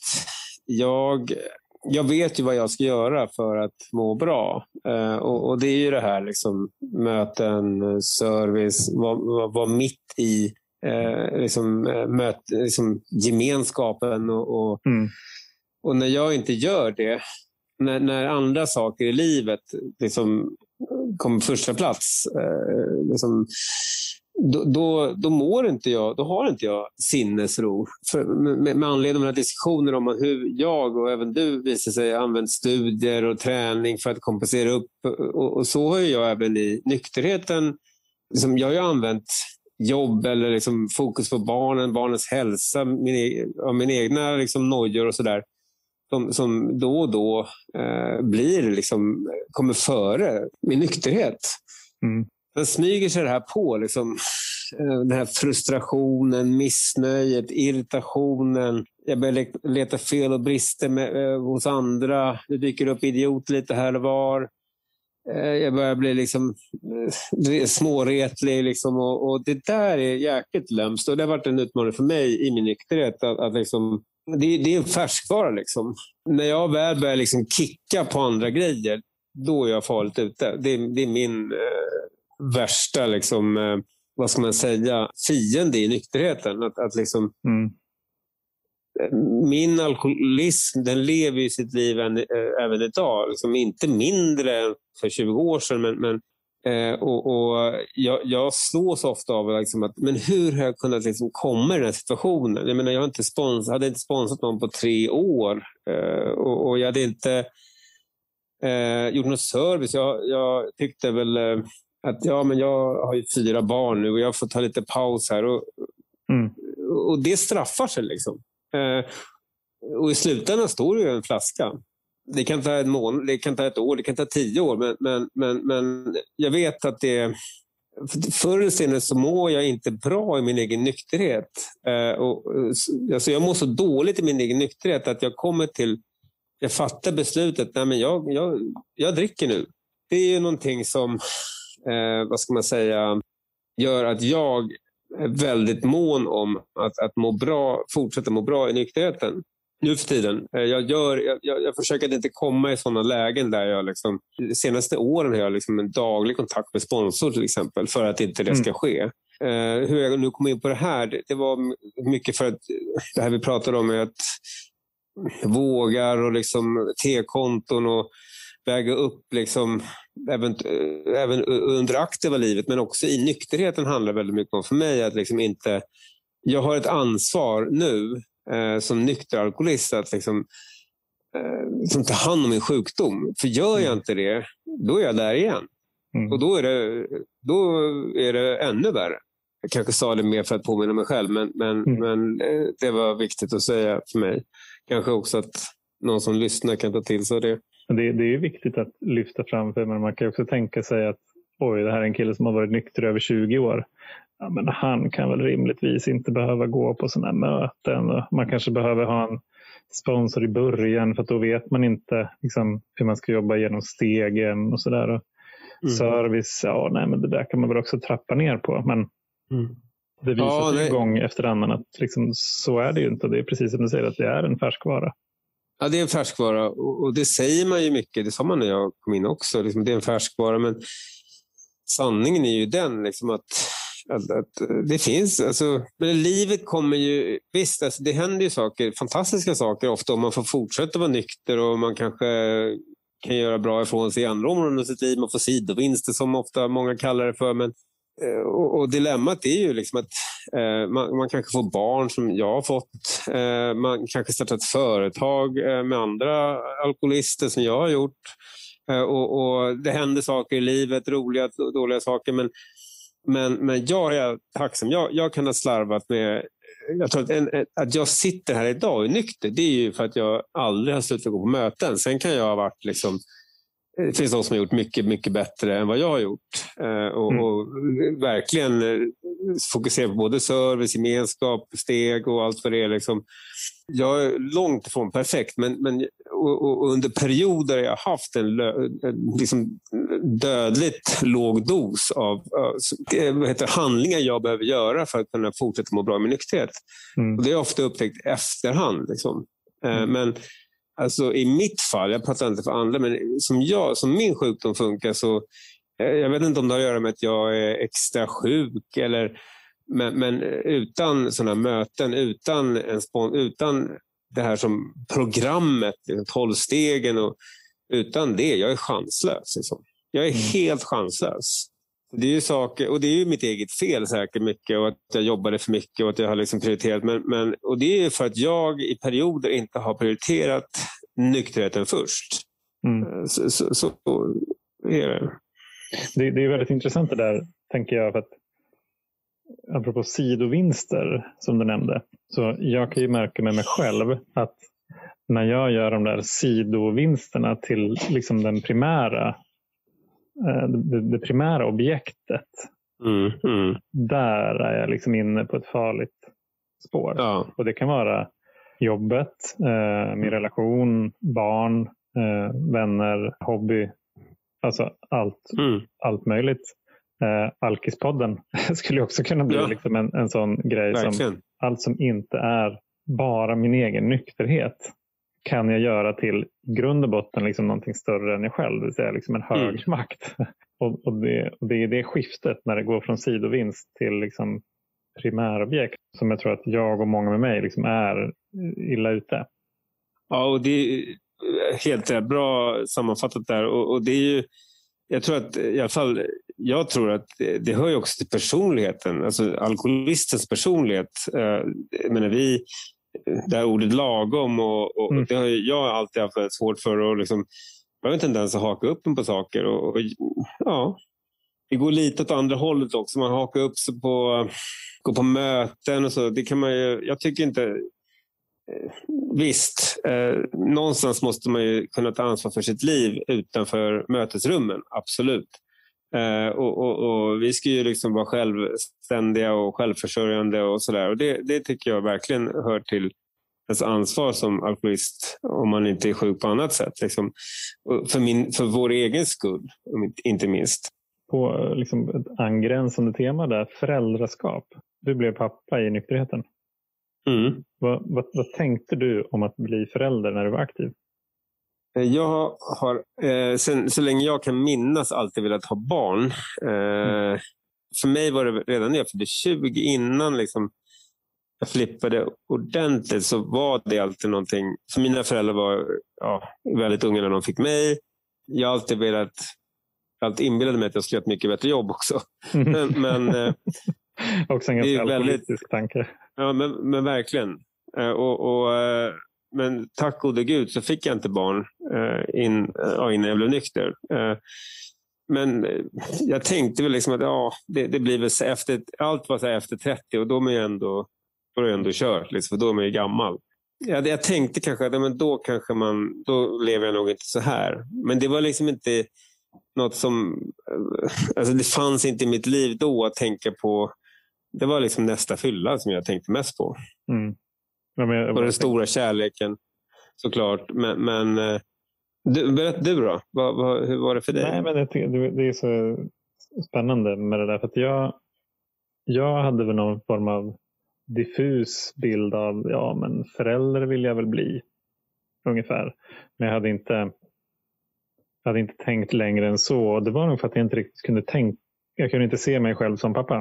jag Jag vet ju vad jag ska göra för att må bra. Eh, och, och det är ju det här liksom, möten, service, vara var mitt i eh, liksom, möt, liksom, gemenskapen. Och, och, mm. och när jag inte gör det, när, när andra saker i livet liksom, kommer första plats, eh, liksom, Då, då, då mår inte jag, då har inte jag sinnesro. För, med, med anledning av den här diskussionen om hur jag och även du visar sig använt studier och träning för att kompensera upp. Och, och så har jag även i nykterheten, liksom, jag har ju använt jobb eller liksom fokus på barnen, barnens hälsa, min, ja, min egna liksom nojor och sådär. Som, som då och då eh, blir liksom, kommer före min nykterhet. Mm. Den smyger sig det här på. Liksom, eh, den här frustrationen, missnöjet, irritationen. Jag börjar leta fel och brister med, eh, hos andra. Det dyker upp idiot lite här och var. Eh, jag börjar bli liksom, eh, småretlig. Liksom, och, och det där är jäkligt lömst. Och det har varit en utmaning för mig i min nykterhet. Att, att liksom, Det, det är en färskvara liksom. När jag väl börjar liksom kicka på andra grejer, då är jag farligt ute. Det, det är min eh, värsta liksom, eh, vad ska man säga, fiende i nykterheten. Att, att liksom, mm. Min alkoholism, den lever ju sitt liv än, äh, även idag. Liksom inte mindre än för tjugo år sedan, men, men Eh, och, och jag, jag slås ofta av liksom att, men hur har jag kunnat liksom komma i den här situationen? Jag menar, jag har inte spons, hade inte sponsrat någon på tre år eh, och, och jag hade inte eh, gjort någon service. Jag, jag tyckte väl eh, att ja, men jag har ju fyra barn nu och jag får ta lite paus här och, mm. och det straffar sig liksom. Eh, och i slutändan står det ju en flaska. Det kan ta en månad, det kan ta ett år, det kan ta tio år. Men, men, men, men jag vet att det... Förr eller senare så mår jag inte bra i min egen nykterhet. Eh, och, alltså jag mår så dåligt i min egen nykterhet att jag kommer till... Jag fattar beslutet. Nej, men jag, jag, jag dricker nu. Det är ju någonting som, eh, vad ska man säga, gör att jag är väldigt mån om att, att må bra, fortsätta må bra i nykterheten. Nu för tiden. Jag, gör, jag, jag försöker inte komma i sådana lägen där jag liksom, de senaste åren har jag liksom en daglig kontakt med sponsor till exempel för att inte det ska ske. Mm. Uh, hur jag nu kom in på det här, det, det var mycket för att det här vi pratade om är att vågar och liksom T-konton och väga upp liksom även, även under aktiva livet, men också i nykterheten handlar väldigt mycket om för mig att liksom inte, jag har ett ansvar nu Eh, som nykter alkoholist att liksom, eh, liksom ta hand om min sjukdom. För gör jag inte det, då är jag där igen. Mm. Och då är, det, då är det ännu värre. Jag kanske sa det mer för att påminna mig själv, men, men, mm. men eh, det var viktigt att säga för mig. Kanske också att någon som lyssnar kan ta till sig det. Det, det är ju viktigt att lyfta fram, för man kan också tänka sig att oj, det här är en kille som har varit nykter över tjugo år. Ja, men han kan väl rimligtvis inte behöva gå på sådana här möten. Man kanske behöver ha en sponsor i början, för att då vet man inte liksom, hur man ska jobba genom stegen och sådär. Mm. Service, ja nej, men det där kan man väl också trappa ner på. Men mm. det visar ja, sig det... gång efter annan att liksom, så är det ju inte. Det är precis som du säger, att det är en färskvara. Ja, det är en färskvara och det säger man ju mycket. Det sa man när jag kom in också. Liksom, det är en färskvara, men sanningen är ju den liksom att Att, att det finns, alltså, men livet kommer ju, visst, alltså, det händer ju saker, fantastiska saker ofta om man får fortsätta vara nykter och man kanske kan göra bra ifrån sig i andra områden av sitt liv, man får sidovinster som ofta många kallar det för, men och, och dilemmat är ju liksom att eh, man, man kanske får barn som jag har fått, eh, man kanske startar ett företag eh, med andra alkoholister som jag har gjort eh, och, och det händer saker i livet, roliga och dåliga saker, men Men, men jag är tacksam. Jag, jag kan ha slarvat med... Jag tror att, en, att jag sitter här idag och är nykter, det är ju för att jag aldrig har slutat gå på möten. Sen kan jag ha varit liksom... Det finns någon som har gjort mycket, mycket bättre än vad jag har gjort. Eh, och, mm. och verkligen fokusera på både service, gemenskap, steg och allt vad det är. Liksom. Jag är långt ifrån perfekt, men, men och, och under perioder har jag haft en, en liksom dödligt låg dos av uh, vad heter, handlingar jag behöver göra för att kunna fortsätta må bra med nykterhet. Mm. Och det är ofta upptäckt efterhand. Liksom. Mm. Uh, men alltså, i mitt fall, jag pratar inte för andra, men som, jag, som min sjukdom funkar så, uh, jag vet inte om det har att göra med att jag är extra sjuk eller... Men, men utan sådana möten, utan, en spon, utan det här som programmet, tolvstegen och utan det, jag är chanslös. Liksom. Jag är mm. helt chanslös. Det är ju saker, och det är ju mitt eget fel säkert mycket och att jag jobbade för mycket och att jag har liksom prioriterat. Men, men, och det är för att jag i perioder inte har prioriterat nykterheten först. Mm. Så, så, så är det. det. Det är väldigt intressant det där, tänker jag, för att apropå sidovinster som du nämnde. Så jag kan ju märka med mig själv att när jag gör de där sidovinsterna till liksom den primära, det, det primära objektet. Mm, mm. Där är jag liksom inne på ett farligt spår. Ja. Och det kan vara jobbet, eh, min relation, barn, eh, vänner, hobby. Alltså allt, mm. allt möjligt. Eh, Alkispodden skulle också kunna bli ja. liksom en, en sån grej. Som allt som inte är bara min egen nykterhet kan jag göra till grund och botten liksom någonting större än jag själv. Det vill säga liksom en högre mm. makt. och, och, det, och det är det skiftet när det går från sidovinst till liksom primärobjekt som jag tror att jag och många med mig liksom är illa ute. Ja, och det är helt bra sammanfattat där. Och, och det är ju, jag tror att i alla fall, jag tror att det, det hör ju också till personligheten. Alltså alkoholistens personlighet. Eh, jag menar vi, det här ordet lagom och, och, mm. och det har ju, jag har alltid haft svårt för att liksom, jag har en tendens att haka upp på saker och, och ja, det går lite åt andra hållet också. Man hakar upp sig på, går på möten och så. Det kan man ju, jag tycker inte, visst, eh, någonstans måste man ju kunna ta ansvar för sitt liv utanför mötesrummen, absolut. Eh, och, och, och vi ska ju liksom vara självständiga och självförsörjande och sådär. Och det, det tycker jag verkligen hör till ens ansvar som alkoholist om man inte är sjuk på annat sätt. Liksom. För, min, för vår egen skull, inte minst. På liksom ett angränsande tema där, föräldraskap. Du blev pappa i nykterheten. Mm. Vad, vad, vad tänkte du om att bli förälder när du var aktiv? Jag har, eh, sen, så länge jag kan minnas, alltid velat ha barn. Eh, mm. För mig var det redan när jag fyllde tjugo, innan liksom, jag flippade ordentligt, så var det alltid någonting. För mina föräldrar var ja, väldigt unga när de fick mig. Jag har alltid velat, alltid inbillade mig att jag skulle ha ett mycket bättre jobb också. Men, men eh, också en ganska alkoholistisk tanke. Ja, men, men verkligen. Eh, och, och, eh, men tack gode gud så fick jag inte barn eh, in, eh, innan jag blev nykter. Eh, men eh, jag tänkte väl liksom att ja, det, det blir väl så efter, allt var så här efter trettio och då är jag ändå, då är jag ändå kört, liksom, för då är man ju gammal. Ja, jag tänkte kanske att ja, men då kanske man, då lever jag nog inte så här. Men det var liksom inte något som, alltså det fanns inte i mitt liv då att tänka på. Det var liksom nästa fylla som jag tänkte mest på. Mm. Ja, men jag, och den stora kärleken, såklart. Men, men du, berätta du då. Vad, vad, hur var det för dig? Nej, men det, det är så spännande med det där. För att jag, jag hade väl någon form av diffus bild av ja, men förälder vill jag väl bli. Ungefär. Men jag hade inte, jag hade inte tänkt längre än så. Och det var nog för att jag inte riktigt kunde tänka. Jag kunde inte se mig själv som pappa.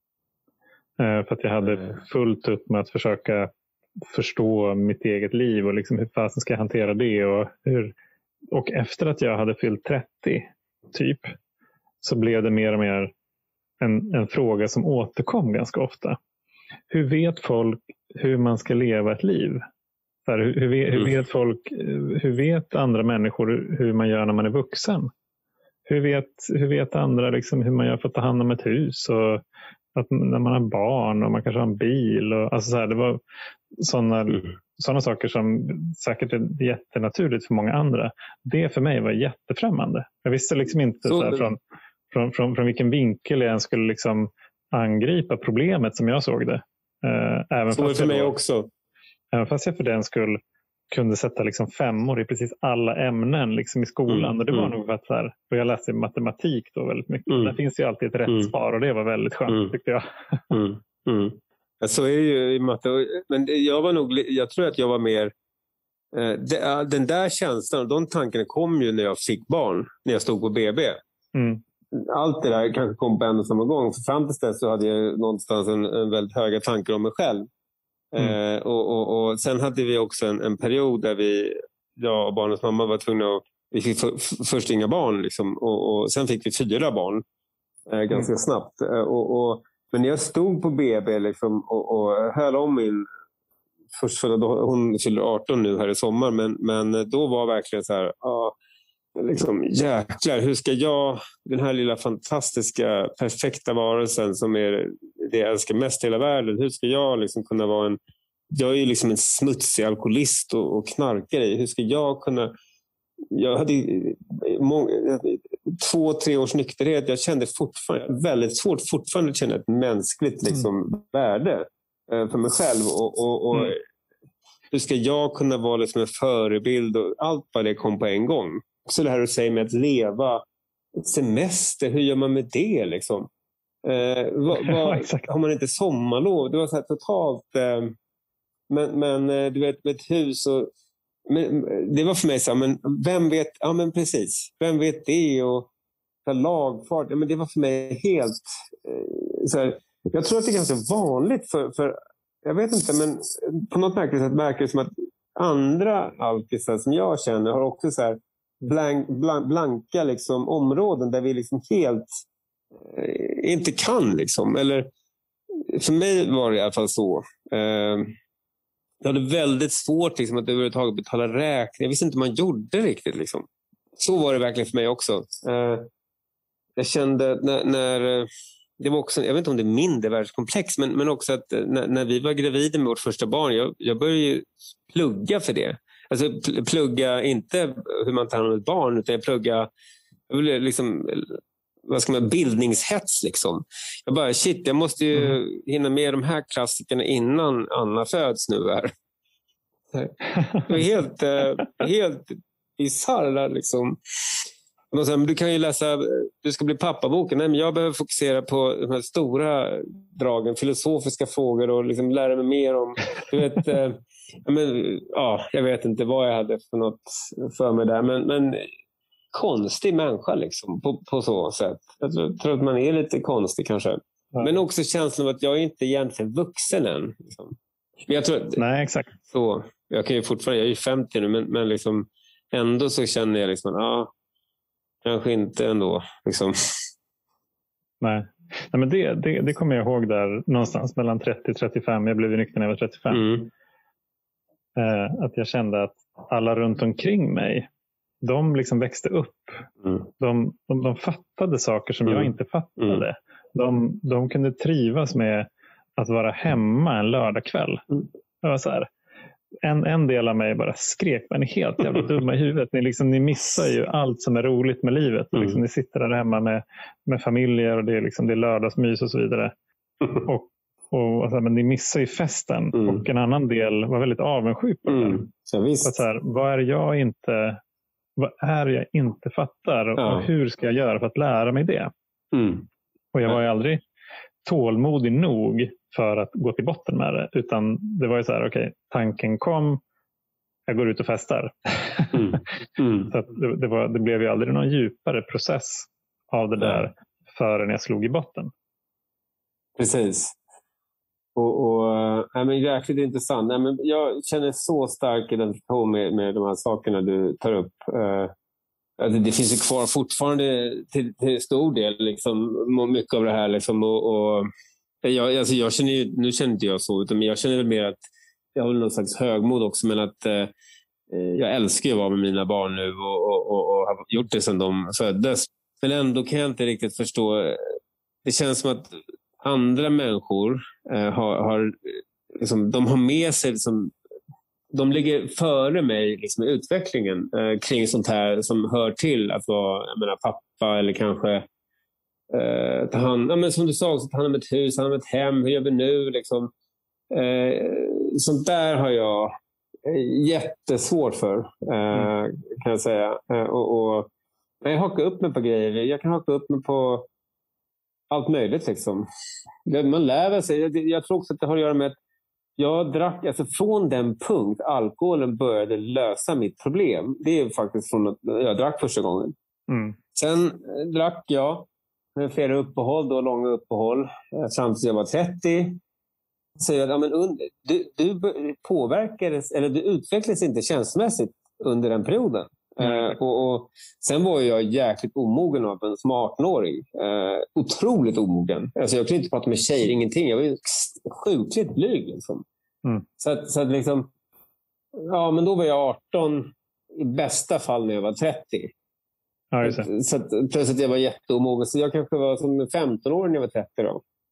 För att jag hade fullt upp med att försöka förstå mitt eget liv och liksom hur fasen ska jag hantera det. Och, hur, och efter att jag hade fyllt trettio typ så blev det mer och mer en, en fråga som återkom ganska ofta. Hur vet folk hur man ska leva ett liv? Så här, hur, hur, hur, vet folk, hur vet andra människor hur man gör när man är vuxen? Hur vet, hur vet andra liksom hur man gör för att ta hand om ett hus och att när man har barn och man kanske har en bil. Och, alltså så här, det var sådana, mm. sådana saker som säkert är jättenaturligt för många andra. Det för mig var jättefrämmande. Jag visste liksom inte så, så här, från, från, från, från vilken vinkel jag skulle liksom angripa problemet som jag såg det. Uh, även så fast för mig då, också. Även fast jag för den skull kunde sätta liksom femmor i precis alla ämnen liksom i skolan. Mm, och det var mm. nog för att så här, och jag läste matematik då väldigt mycket. Mm. Där finns ju alltid ett rätt mm. svar och det var väldigt skönt mm. tyckte jag. mm. Mm. Ja, så är det ju i matte. Men jag var nog, jag tror att jag var mer, eh, det, den där känslan och de tankarna kom ju när jag fick barn. När jag stod på B B. Mm. Allt det där kanske kom på en och samma gång. För fram till dess så hade jag någonstans en, en väldigt höga tankar om mig själv. Mm. Eh, och, och, och sen hade vi också en, en period där vi, jag och barnens mamma var tvungna att, vi fick för, för, först inga barn liksom, och, och sen fick vi fyra barn eh, ganska mm. snabbt. Eh, och, och, men jag stod på B B liksom, och, och höll om min förstfödda, hon fyller arton nu här i sommar, men, men då var verkligen så här, ah, liksom, jäklar, hur ska jag, den här lilla fantastiska perfekta varelsen som är det jag älskar mest i hela världen. Hur ska jag liksom kunna vara en... Jag är ju liksom en smutsig alkoholist och, och knarkare. Hur ska jag kunna... Jag hade många, två, tre års nykterhet. Jag kände fortfarande väldigt svårt fortfarande att känna ett mänskligt liksom, mm. värde för mig själv. Och, och, och mm. hur ska jag kunna vara liksom en förebild och allt vad det kom på en gång. Så det här att säga med att leva semester, hur gör man med det liksom? Eh, vad, vad, har man inte sommarlov? Det var så här totalt... Eh, men, men eh, du vet, med ett hus och... Men, det var för mig så här, men vem vet... Ja, men precis. Vem vet det? Och lagfart. Ja, men det var för mig helt... Eh, så här, jag tror att det är ganska vanligt för... för jag vet inte, men på något märkligt sätt märker det som att andra alkisar som jag känner har också så här blank, blank, blanka liksom, områden där vi liksom helt eh, inte kan. Liksom. Eller, för mig var det i alla fall så. Eh, jag hade väldigt svårt liksom, att överhuvudtaget betala räkningar. Jag visste inte hur man gjorde riktigt. Liksom. Så var det verkligen för mig också. Eh, jag kände när... när det var också, jag vet inte om det är mindre världskomplex, men, men också att när, när vi var gravida med vårt första barn, jag, jag började ju plugga för det. Alltså plugga inte hur man tar hand om ett barn, utan jag plugga, jag ville liksom, vad ska man, bildningshets liksom. Jag bara, shit, jag måste ju mm. hinna med de här klassikerna innan Anna föds nu här. Det var helt, helt bisarrt liksom. Men du kan ju läsa, du ska bli pappaboken. Nej, men jag behöver fokusera på de här stora dragen, filosofiska frågor och liksom lära mig mer om, du vet, eh, men, ja, jag vet inte vad jag hade för något för mig där, men, men konstig människa liksom, på, på så sätt. Jag tror, tror att man är lite konstig kanske. Ja. Men också känslan av att jag är inte egentligen vuxen än. Liksom. Men jag tror att, nej, exakt. Så, jag kan ju fortfarande, jag är ju femtio nu, men, men liksom, ändå så känner jag liksom, ja, kanske inte ändå. Liksom. Nej. Nej, men det, det, det kommer jag ihåg där någonstans mellan trettio och trettiofem. Jag blev nykter när jag var trettiofem. Mm. Eh, att jag kände att alla runt omkring mig, de liksom växte upp. Mm. De, de, de fattade saker som mm. jag inte fattade. Mm. De, de kunde trivas med att vara hemma en lördagkväll. Mm. Det var så här. En, en del av mig bara skrek, men ni är helt jävla dumma i huvudet. Ni, liksom, ni missar ju allt som är roligt med livet. Mm. Liksom, ni sitter där hemma med, med familjer och det är, liksom, det är lördagsmys och så vidare. Mm. Och, och alltså, men ni missar ju festen. Mm. Och en annan del var väldigt avundsjuk på mm. den. Så visst. Så här, vad är jag inte vad är jag inte fattar och, ja. och hur ska jag göra för att lära mig det? Mm. Och jag var ju aldrig tålmodig nog för att gå till botten med det. Utan det var ju så här, okej, okay, tanken kom, jag går ut och festar. Mm. Mm. Så att det, det, var, det blev ju aldrig någon djupare process av det där ja. förrän jag slog i botten. Precis. Och, och äh, men jäkligt intressant. Äh, men jag känner så stark identifikation med, med de här sakerna du tar upp. Äh, det, det finns ju kvar fortfarande till, till stor del liksom, mycket av det här. Liksom, och, och, jag, alltså jag känner ju, nu känner inte jag så, utan jag känner väl mer att jag har någon slags högmod också, men att äh, jag älskar ju att vara med mina barn nu och, och, och, och har gjort det sedan de föddes. Men ändå kan jag inte riktigt förstå. Det känns som att andra människor eh, har, har liksom, de har med sig liksom, de ligger före mig liksom, i utvecklingen eh, kring sånt här som hör till att vara, jag menar, pappa eller kanske eh, ta hand, ja, men som du sa, ta hand om ett hus, ta hand om ett hem, hur gör vi nu liksom, eh, sånt där har jag jättesvårt för eh, kan jag säga eh, och, och jag hakar upp mig på grejer, jag kan haka upp mig på allt möjligt liksom. Man lär sig. Jag, jag tror också att det har att göra med att jag drack, alltså från den punkt alkoholen började lösa mitt problem. Det är faktiskt från att jag drack första gången. Mm. Sen drack jag med flera uppehåll, då långa uppehåll, fram tills jag var trettio. Så jag, ja, men und, du, du påverkades, eller du utvecklades inte känslomässigt under den perioden. Mm. Uh, och, och sen var jag jäkligt omogen av en som arton-åring. Uh, otroligt omogen. Alltså jag kunde inte prata med tjejer, ingenting. Jag var ju sjukligt blyg liksom. Mm. Så, att, så att liksom, ja, men då var jag arton i bästa fall när jag var trettio. Ja, just det. Så att, plus att jag var jätteomogen. Så jag kanske var som femton år när jag var trettio då.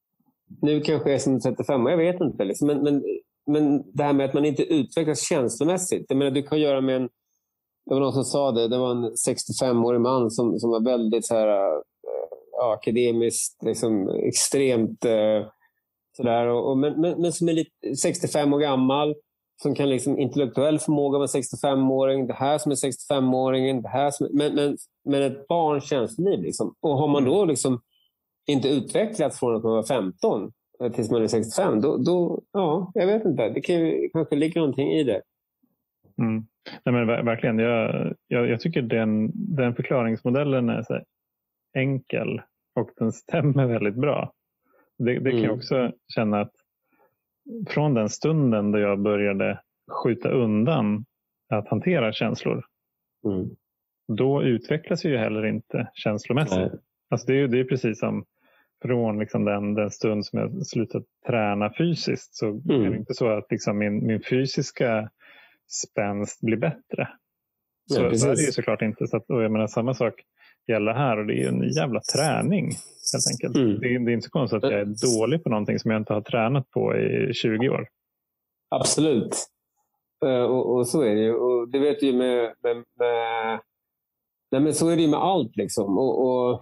nu kanske jag är som trettiofem, jag vet inte. Liksom. Men, men, men det här med att man inte utvecklas känslomässigt. Jag menar, du kan göra med en, det var någon som sa det, det var en sextiofem-årig man som, som var väldigt så här, äh, akademiskt, liksom, extremt äh, sådär. Och, och, men, men, men som är lite sextiofem år gammal, som kan liksom intellektuell förmåga med sextiofem-åring, det här som är sextiofem-åringen, det här som, men, men, men ett barns känsloliv liksom. Och har man då liksom inte utvecklats från att man var femton tills man är sextiofem, då, då ja, jag vet inte, det kan ju kanske ligga någonting i det. Mm. Nej, men verkligen, jag, jag, jag tycker den, den förklaringsmodellen är så enkel och den stämmer väldigt bra. Det, det kan mm. jag också känna att från den stunden då jag började skjuta undan att hantera känslor, mm. då utvecklas ju heller inte känslomässigt. Nej. Alltså det är, det är precis som från liksom den, den stund som jag slutat träna fysiskt, så mm. är det inte så att liksom min, min fysiska spänst blir bättre. Så, ja, så är det ju såklart inte. Så att, och jag menar, samma sak gäller här, och det är en jävla träning helt enkelt. Mm. Det, är, det är inte så konstigt att jag är dålig på någonting som jag inte har tränat på i tjugo år. Absolut. Uh, och, och så är det ju. Och det vet du ju med, med, med... Nej, men så är det ju med allt liksom. Och, och...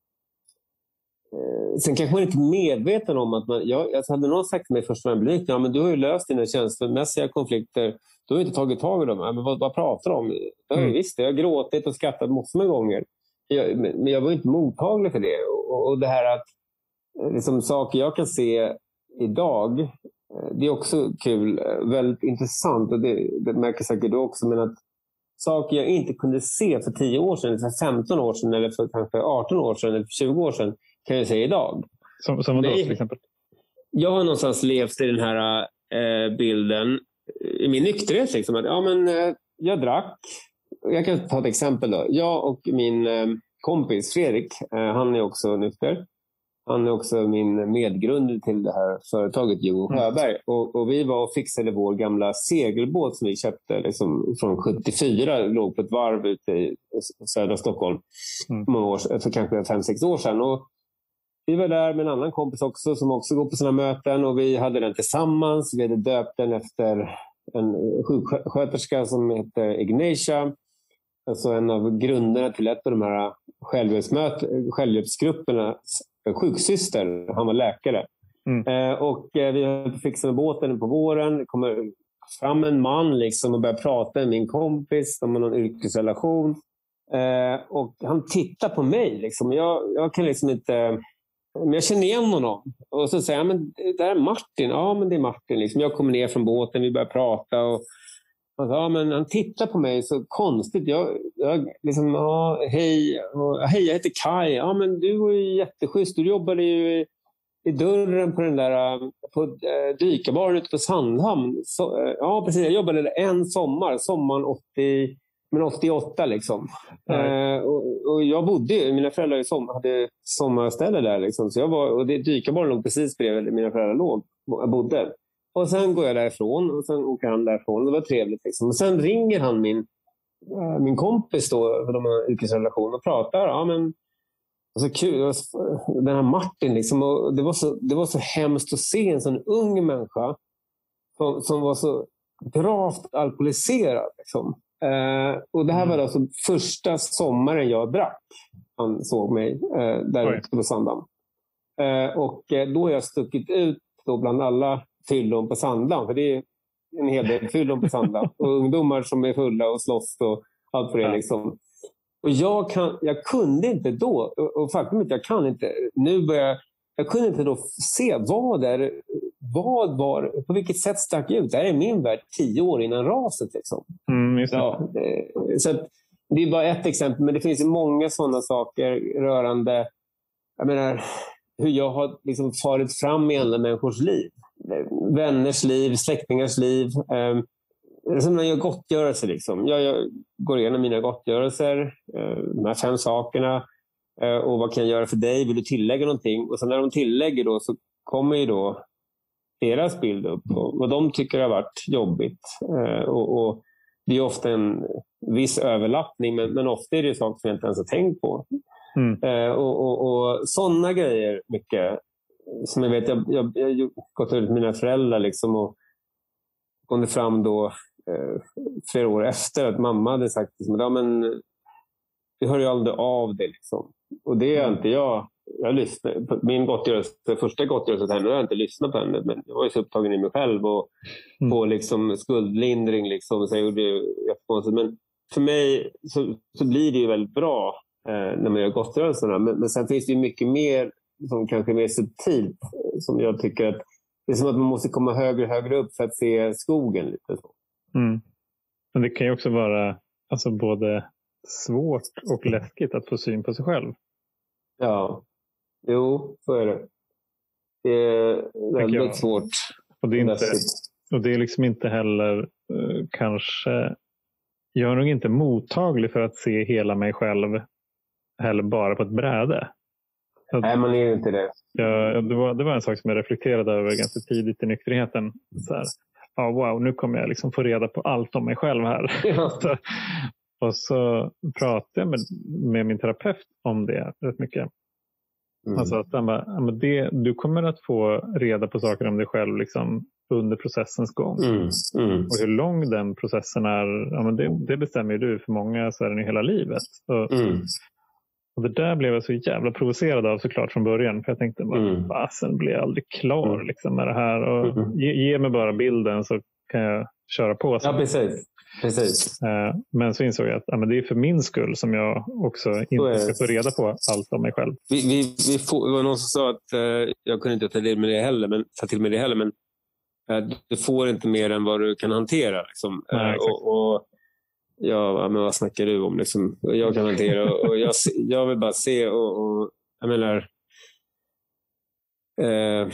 Sen kanske man inte är medveten om att man... Jag, jag hade någon sagt till mig först när jag blev ja, men du har ju löst dina känslomässiga konflikter. Du har inte tagit tag i dem. Ja, men vad, vad pratar du om? Ja, mm. Visst, jag har gråtit och skrattat massor med gånger. Jag, men jag var inte mottaglig för det. Och, och det här att liksom, saker jag kan se idag, det är också kul. Väldigt intressant. Och det, det märker säkert du också. Men att saker jag inte kunde se för tio år sedan, eller för femton år sedan, eller för kanske arton år sedan, eller för tjugo år sedan, kan jag se idag. Som, som vadå till exempel? Jag har någonstans levt i den här eh, bilden i min nykterhet. Liksom, att, ja, men, eh, jag drack. Jag kan ta ett exempel då. Jag och min eh, kompis Fredrik, eh, han är också nykter. Han är också min medgrund till det här företaget Jo Sjöberg. Mm. Och, och vi var och fixade vår gamla segelbåt som vi köpte liksom, från sjuttiofyra. Låg på ett varv ute i södra Stockholm. Mm. Många år, för kanske fem sex år sedan. Och vi var där med en annan kompis också som också går på sina möten. Och vi hade den tillsammans. Vi hade döpt den efter en sjuksköterska som heter Ignatia. Alltså en av grunderna till ett av de här självhjälpsgrupperna. Sjuksyster, han var läkare. Mm. Eh, och eh, vi fixade båten på våren. Det kommer fram en man liksom och börjar prata med min kompis om någon yrkesrelation. Eh, och han tittar på mig. Liksom. Jag, jag kan liksom inte... Men jag känner igen honom. Och så säger jag, men det här är Martin. Ja, men det är Martin. Liksom. Jag kommer ner från båten, vi börjar prata. Och han sa, ja, men han tittar på mig så konstigt. Jag, jag liksom, ja, hej. Och, hej, jag heter Kai. Ja, men du var ju jätteschysst. Du jobbade ju i, i dörren på den där på äh, dykarbaren ute på Sandhamn. Så, äh, ja, precis. Jag jobbade där en sommar. Sommaren åttio, men åttioåtta liksom. Mm. Äh, och, och jag bodde ju, mina föräldrar som, hade sommarställe där liksom. Så jag var, och det, dykarbaren låg precis bredvid mina föräldrar låg, bodde. Och sen går jag därifrån och sen åker han därifrån. Det var trevligt liksom. Och sen ringer han min, äh, min kompis då, för de har yrkesrelation, och pratar. Ja, men och så kul. Den här Martin liksom. Och det, var så, det var så hemskt att se en sån ung människa som, som var så gravt alkoholiserad liksom. Uh, och det här var alltså första sommaren jag drack. Han såg mig uh, där ute på Sandhamn. Uh, och uh, då har jag stuckit ut då bland alla fyllon på Sandhamn. För det är en hel del fyllon på Sandhamn. Och ungdomar som är fulla och slåss och allt för det liksom. Och jag, kan, jag kunde inte då, och, och faktum är att jag kan inte, nu börjar jag kunde inte då se vad där, vad var, på vilket sätt stack ut. Det här är min värld tio år innan raset liksom. Mm, just det. Ja, så att, det är bara ett exempel, men det finns ju många sådana saker rörande, jag menar, hur jag har liksom farit fram i andra människors liv. Vänners liv, släktingars liv. Eh, som när jag gör gottgörelse liksom. Jag, jag går igenom mina gottgörelser, eh, de här fem sakerna. Eh, och vad kan jag göra för dig? Vill du tillägga någonting? Och sen när de tillägger då så kommer ju då deras bild upp. Och vad de tycker har varit jobbigt. Eh, och, och det är ofta en viss överlappning. Men, men ofta är det saker som jag inte ens har tänkt på. Mm. Eh, och och, och sådana grejer mycket som jag vet, jag, jag, jag har gått ut med mina föräldrar liksom och kom fram då eh, flera år efter att mamma hade sagt liksom, ja, men vi hör ju aldrig av det liksom. Och det är inte jag. Jag lyssnar, min gottgörelse, första gottgörelse till henne, jag har inte lyssnat på henne, men jag var ju så upptagen i mig själv och mm. på liksom skuldlindring liksom, så jag gjorde det jättekonstigt. Men för mig så, så blir det ju väldigt bra eh, när man gör gottgörelserna. Men, men sen finns det ju mycket mer som kanske är mer subtilt, som jag tycker att det är som att man måste komma högre och högre upp för att se skogen lite så. Mm. Men det kan ju också vara alltså både svårt och läskigt att få syn på sig själv. Ja, jo, så är det. Det är väldigt jag. svårt. Och det är, inte, och det är liksom inte heller uh, kanske... Jag är nog inte mottaglig för att se hela mig själv heller bara på ett bräde. Så Nej, man är ju inte det. Jag, det, var, det var en sak som jag reflekterade över ganska tidigt i nykterheten. Så här, ja, wow, nu kommer jag liksom få reda på allt om mig själv här. Ja. så, och så pratade jag med, med min terapeut om det rätt mycket. Mm. Alltså att han bara, ja, men det, du kommer att få reda på saker om dig själv liksom under processens gång. Mm. Mm. Och hur lång den processen är, ja, men det, det bestämmer ju du. För många så är den i hela livet. Och, mm. och det där blev jag så jävla provocerad av såklart från början. För jag tänkte, mm. fasen blir jag aldrig klar mm. liksom, med det här. Och mm. ge, ge mig bara bilden så kan jag köra på. Så. Ja, precis. Precis. Men så insåg jag att ja, men det är för min skull som jag också inte ska få reda på allt om mig själv. Vi, vi, vi får, det var någon som sa att uh, jag kunde inte ta till med det heller, men, ta till med det heller, men uh, du får inte mer än vad du kan hantera. Liksom. Nej, uh, och, och ja, men vad snackar du om? Liksom? Jag kan hantera och, och jag, jag vill bara se och, och jag menar uh,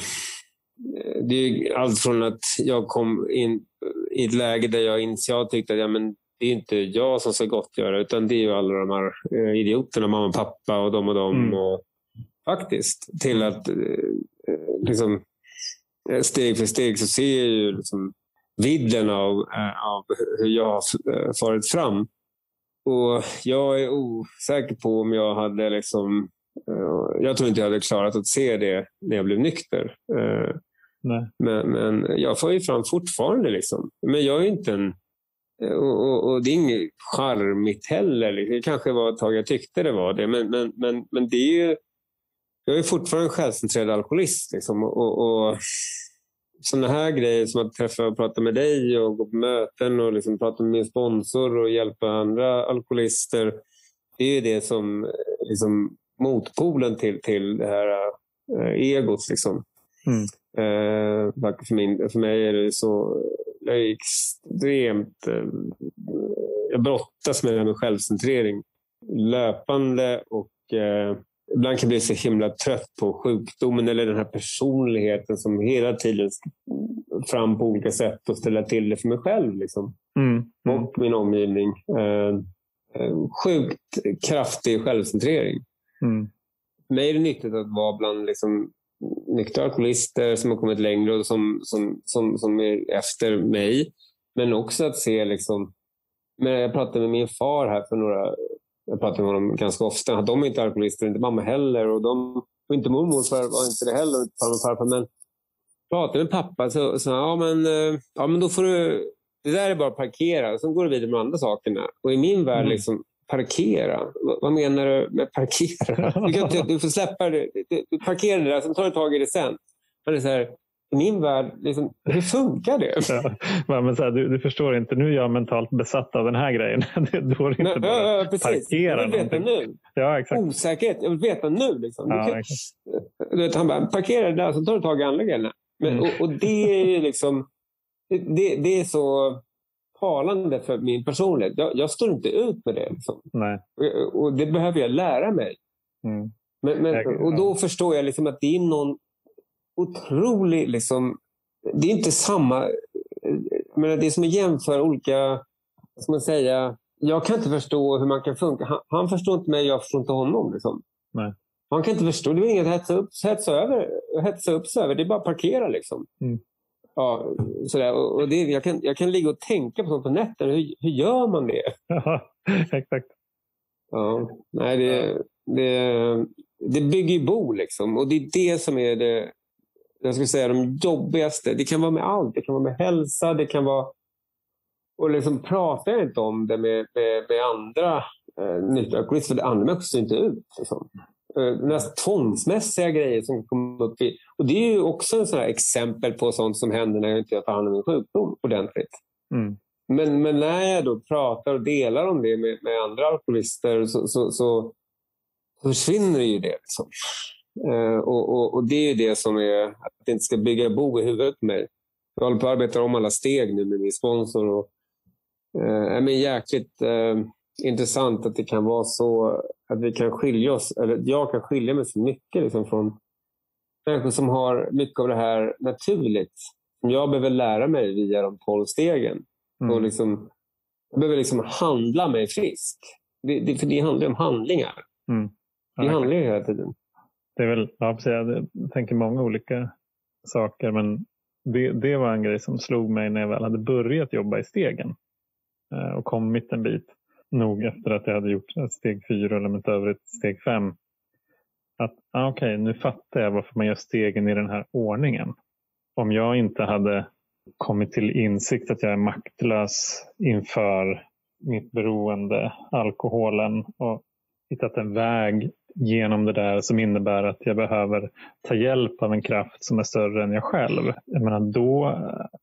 det är allt från att jag kom in i ett läge där jag initialt tyckte att ja, men det är inte jag som ska gottgöra, utan det är ju alla de här eh, idioterna, mamma och pappa och de och dem. Mm. Och, faktiskt, till att eh, liksom, steg för steg så ser jag ju liksom, vidden av, eh, av hur jag har farit fram. Och jag är osäker på om jag hade liksom, eh, jag tror inte jag hade klarat att se det när jag blev nykter. Eh, Nej. Men, men jag får ju fram fortfarande liksom. Men jag är inte en och, och, och det är inget charmigt heller liksom. Det kanske var ett tag jag tyckte det var det, men, men, men, men det är ju, jag är fortfarande en självcentrerad alkoholist liksom. och, och sådana här grejer som att träffa och prata med dig och gå på möten och liksom prata med min sponsor och hjälpa andra alkoholister, det är ju det som liksom motpolen till, till det här äh, egot liksom. Mm. Uh, för, min, för mig är det så jag är extremt uh, jag brottas med det här med självcentrering löpande och uh, ibland kan jag bli så himla trött på sjukdomen eller den här personligheten som hela tiden fram på olika sätt och ställa till det för mig själv liksom. Mm. Mm. Och min omgivning uh, uh, sjukt kraftig självcentrering. Mm. För mig är det nyttigt att vara bland liksom nyktra alkoholister som har kommit längre och som, som, som, som är efter mig. Men också att se liksom, men jag pratade med min far här för några, jag pratade med honom ganska ofta, de är inte alkoholister, inte mamma heller och de, och inte mormor för, var inte det heller, inte farmor, farfar, men pratade med pappa så, så ja men, ja men då får du, det där är bara att parkera och så går du vidare med andra sakerna. Och i min värld mm. liksom, parkera. V- vad menar du med parkera? Du, kan inte, du får släppa det. Du, du parkerar det där, sen tar du tag i det sen. Men det är så här, i min värld, liksom, hur funkar det? Ja, men så här, du, du förstår inte, nu är jag mentalt besatt av den här grejen. Då är det inte men, bara ja, ja, parkera. Jag vill veta nu. Ja, exakt. Osäkerhet, jag vill veta nu. Liksom. Ja, du kan, du vet, han bara, parkera det där, så tar du tag i andra grejerna. Men, mm. och, och det är ju liksom, det, det är så talande för min personlighet. Jag, jag står inte ut med det. Liksom. Nej. Och, och det behöver jag lära mig. Mm. Men, men, och då förstår jag liksom att det är någon otrolig, liksom, det är inte samma, men det är som att jämföra olika, vad ska man säga, jag kan inte förstå hur man kan funka. Han, han förstår inte mig, jag förstår inte honom. Liksom. Nej. Han kan inte förstå, det är inget att hetsa upp, hetsa över, hetsa upp sig över, det är bara att parkera liksom. Mm. Ja, sådär. Och det, jag, kan, jag kan ligga och tänka på sånt på nätten. Hur, hur gör man det? Ja, exakt. Ja, nej, det, det, det bygger ju bo liksom. Och det är det som är det jag skulle säga de jobbigaste, det kan vara med allt, det kan vara med hälsa, det kan vara, och liksom pratar jag inte om det med, med, med andra eh, nyttoalkoholister, för det andra människor ser inte ut. Liksom. Eh, nästan tvångsmässiga grejer som kommer upp i, och det är ju också en sån här exempel på sånt som händer när jag inte tar hand om min sjukdom ordentligt. Mm. Men, men när jag då pratar och delar om det med, med andra alkoholister så, så, så, så försvinner ju det. Liksom. Uh, och, och, och det är ju det som är att det inte ska bygga bo i huvudet på mig. Jag håller på att arbeta om alla steg nu med min sponsor. Och, uh, är men jäkligt uh, intressant att det kan vara så att vi kan skilja oss, eller jag kan skilja mig så mycket liksom, från människor som har mycket av det här naturligt. Som jag behöver lära mig via de tolv stegen. Mm. Och liksom, jag behöver liksom handla mig frisk. Det, det, för det handlar om handlingar. Mm. Ja, det handlar ju hela tiden. Det är väl, ja, jag tänker många olika saker, men det, det var en grej som slog mig när jag väl hade börjat jobba i stegen och kommit en bit, nog efter att jag hade gjort ett steg fyra eller med övrigt steg fem, att ah, okej, okay, nu fattar jag varför man gör stegen i den här ordningen. Om jag inte hade kommit till insikt att jag är maktlös inför mitt beroende, alkoholen, och hittat en väg genom det där som innebär att jag behöver ta hjälp av en kraft som är större än jag själv. Jag menar, då,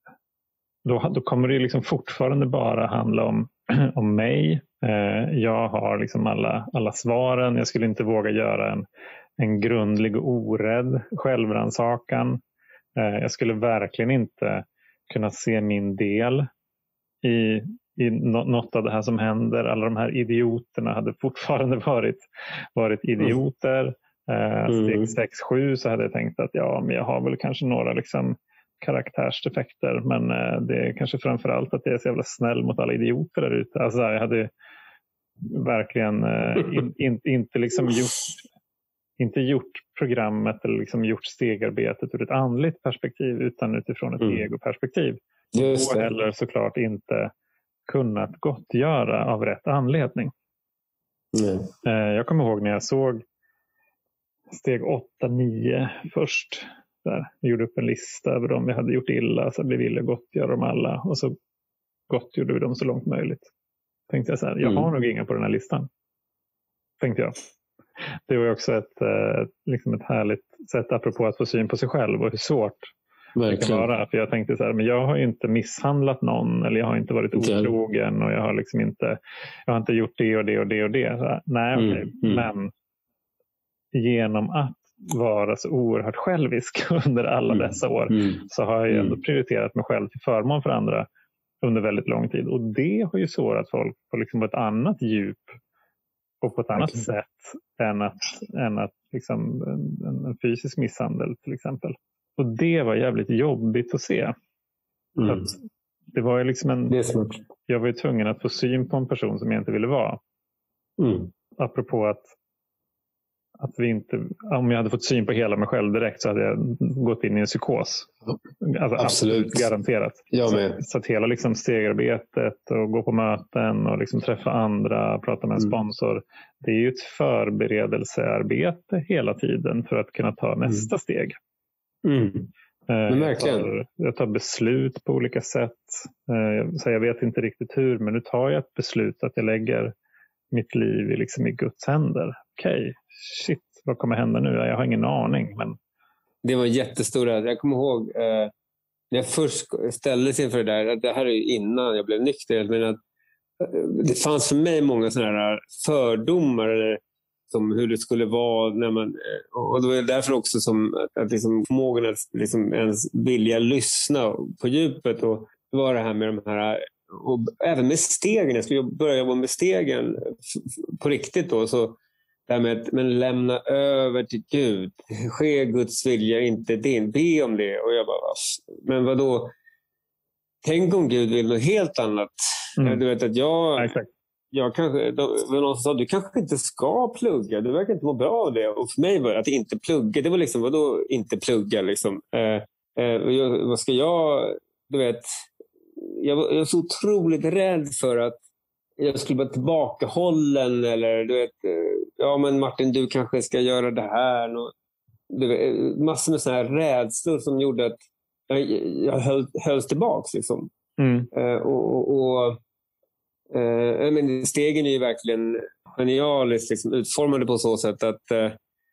då, då kommer det liksom fortfarande bara handla om, om mig. Eh, jag har liksom alla, alla svaren. Jag skulle inte våga göra en, en grundlig och orädd självrannsakan. Eh, jag skulle verkligen inte kunna se min del i i något av det här som händer. Alla de här idioterna hade fortfarande varit, varit idioter. Mm. Steg sex sju så hade jag tänkt att ja, men jag har väl kanske några liksom karaktärsdefekter, men det är kanske framförallt att jag är så jävla snäll mot alla idioter där ute. Alltså jag hade verkligen in, in, inte liksom gjort inte gjort programmet eller liksom gjort stegarbetet ur ett andligt perspektiv utan utifrån ett mm. egoperspektiv. Just det. Och heller såklart inte kunnat gottgöra av rätt anledning. Mm. Jag kommer ihåg när jag såg steg åtta nio först. Där. Jag gjorde upp en lista över dem vi hade gjort illa, så vi ville gottgöra dem alla. Och så gottgjorde vi dem så långt möjligt. Tänkte jag så här, jag har mm. nog inga på den här listan. Tänkte jag. Det var också ett, liksom ett härligt sätt apropå att få syn på sig själv och hur svårt det kan vara. För jag tänkte så här, men jag har ju inte misshandlat någon, eller jag har inte varit otrogen, och jag har liksom inte, jag har inte gjort det och det och det och det. Så här, nej, okej. Okay. Mm, mm. Men genom att vara så oerhört självisk under alla mm, dessa år mm, så har jag ändå mm. prioriterat mig själv till förmån för andra under väldigt lång tid. Och det har ju sårat folk på liksom ett annat djup och på ett annat okay. sätt än att, än att liksom en, en fysisk misshandel till exempel. Och det var jävligt jobbigt att se. Mm. Att det var ju liksom en, det är smart. Jag var ju tvungen att få syn på en person som jag inte ville vara. Mm. Apropå att, att vi inte, om jag hade fått syn på hela mig själv direkt så hade jag gått in i en psykos. Alltså, absolut. Garanterat. Jag med. Så, så att hela liksom stegarbetet och gå på möten och liksom träffa andra, prata med en mm. sponsor. Det är ju ett förberedelsearbete hela tiden för att kunna ta nästa mm. steg. Mm. Men jag, tar, jag tar beslut på olika sätt. Så jag vet inte riktigt hur, men nu tar jag ett beslut att jag lägger mitt liv i, liksom i Guds händer. Okej, okay. Shit, vad kommer hända nu? Jag har ingen aning. Men... Det var jättestora. Jag kommer ihåg eh, när jag först ställdes inför det där. Det här är ju innan jag blev nykter. Men att, eh, det fanns för mig många sådana här fördomar eller som hur det skulle vara när man, och då är det därför också som att liksom förmågan att liksom ens vilja lyssna på djupet, och det var det här med de här, och även med stegen, jag skulle börja jobba med stegen på riktigt då, så det här med att men lämna över till Gud, ske Guds vilja, inte din, be om det, och jag bara, men vad då? Tänk om Gud vill något helt annat. Mm. Du vet att jag Exakt. Jag kanske, någon sa, du kanske inte ska plugga, du verkar inte må bra av det. Och för mig var det att inte plugga, det var liksom, vadå inte plugga liksom? Eh, eh, jag, vad ska jag, du vet, jag var, jag var så otroligt rädd för att jag skulle vara tillbakahållen, eller du vet, eh, ja men Martin, du kanske ska göra det här. Och, det var massor med såna här rädslor som gjorde att jag, jag höll, hölls tillbaks liksom. Mm. Uh, och, och, och uh, men stegen är ju verkligen genialiskt liksom, utformade på så sätt att uh,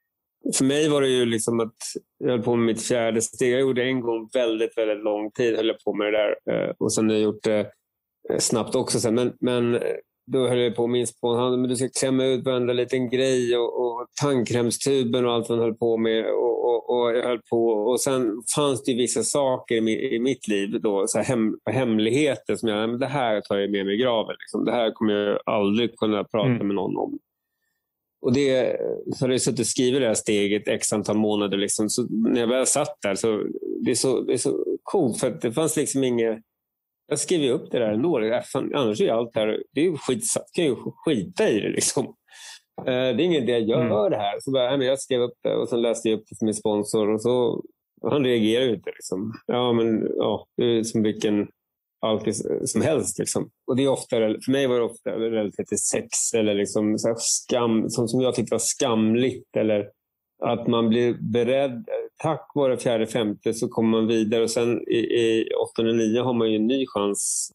för mig var det ju liksom att jag höll på med mitt fjärde steg. Jag gjorde en gång väldigt, väldigt lång tid höll jag på med det där. Uh, och sen har jag gjort det uh, snabbt också sen. Men, men då höll jag på minst på han, men du ska klämma ut varenda liten grej och, och tandkrämstuben och allt man höll på med och, och, och jag höll på och sen fanns det ju vissa saker i, mi, i mitt liv då, så här hem, hemligheter som jag, men det här tar jag med mig i graven liksom. Det här kommer jag aldrig kunna prata mm. med någon om. Och det, så har jag suttit och skrivit det här steget x antal månader liksom, så när jag väl satt där så det är så, det är så coolt för att det fanns liksom inget. Jag skrev ju upp det där ändå. Annars är allt här, det är ju skitsatt. Jag kan ju skita i det liksom. Uh, det är ingen idé jag gör mm. det här. Så bara, nej, jag skrev upp det och sen läste jag upp det för min sponsor och så och han reagerar ju inte liksom. Ja men ja, det är som vilken allt som helst liksom. Och det är ofta, för mig var det ofta relativt till sex eller liksom så här skam, som, som jag tyckte var skamligt eller att man blir beredd, tack vare fjärde, femte så kommer man vidare och sen i, i åttonde, nio har man ju en ny chans.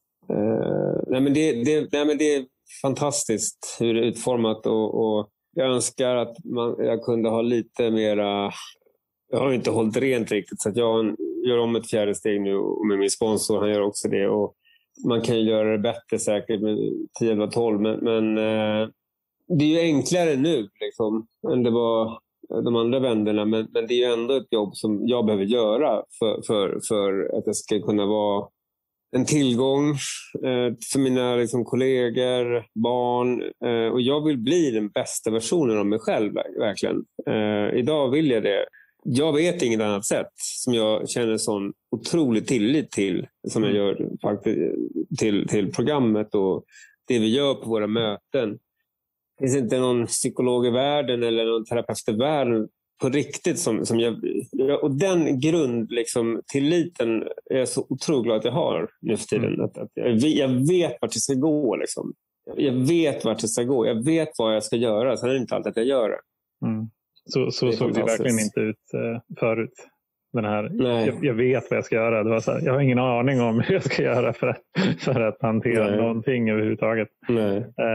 Uh, nej, men det, det, nej men det är fantastiskt hur det är utformat och, och jag önskar att man, jag kunde ha lite mera, jag har inte hållit rent riktigt så att jag gör om ett fjärde steg nu och med min sponsor, han gör också det och man kan ju göra det bättre säkert med tio, elva, tolv men, men uh, det är ju enklare nu liksom än det var de andra vännerna, men, men det är ju ändå ett jobb som jag behöver göra för, för, för att det ska kunna vara en tillgång eh, för mina liksom, kollegor, barn eh, och jag vill bli den bästa versionen av mig själv verkligen. Eh, idag vill jag det. Jag vet inget annat sätt som jag känner sån otrolig tillit till som jag gör faktiskt till, till programmet och det vi gör på våra möten. Det finns inte någon psykolog i världen eller någon terapeut i världen på riktigt som, som jag... Och den grund, liksom, tilliten är jag så otroligt glad att jag har nu för tiden. Mm. Att, att jag, jag vet vart det ska gå. Liksom. Jag vet vart det ska gå. Jag vet vad jag ska göra. Sen är det inte alltid att jag gör det. Mm. Så, så det såg det verkligen inte ut uh, förut. Den här, jag, jag vet vad jag ska göra. Det var så här, jag har ingen aning om hur jag ska göra för att, för att hantera Nej. någonting överhuvudtaget. Nej.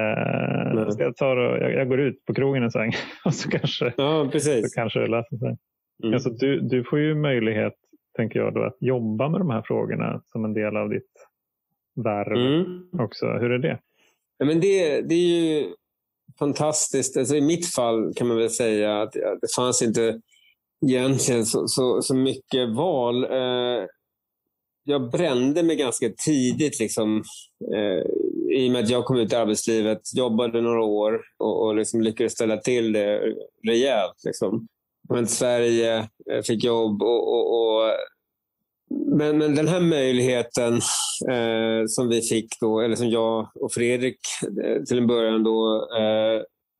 Eh, Nej. Så jag, tar och, jag, jag går ut på krogen en sväng och så kanske, ja, precis. så kanske det löser sig. Mm. Alltså, du, du får ju möjlighet, tänker jag, då, att jobba med de här frågorna som en del av ditt värv mm. också. Hur är det? Ja, men det, det är ju fantastiskt. Alltså, i mitt fall kan man väl säga att det fanns inte egentligen så, så, så mycket val. Eh, jag brände mig ganska tidigt liksom, eh, i och med att jag kom ut i arbetslivet, jobbade några år och, och liksom lyckades ställa till det rejält. Liksom. Jag went till Sverige, fick jobb och, och, och men, men den här möjligheten eh, som vi fick då, eller som jag och Fredrik eh, till en början då, eh,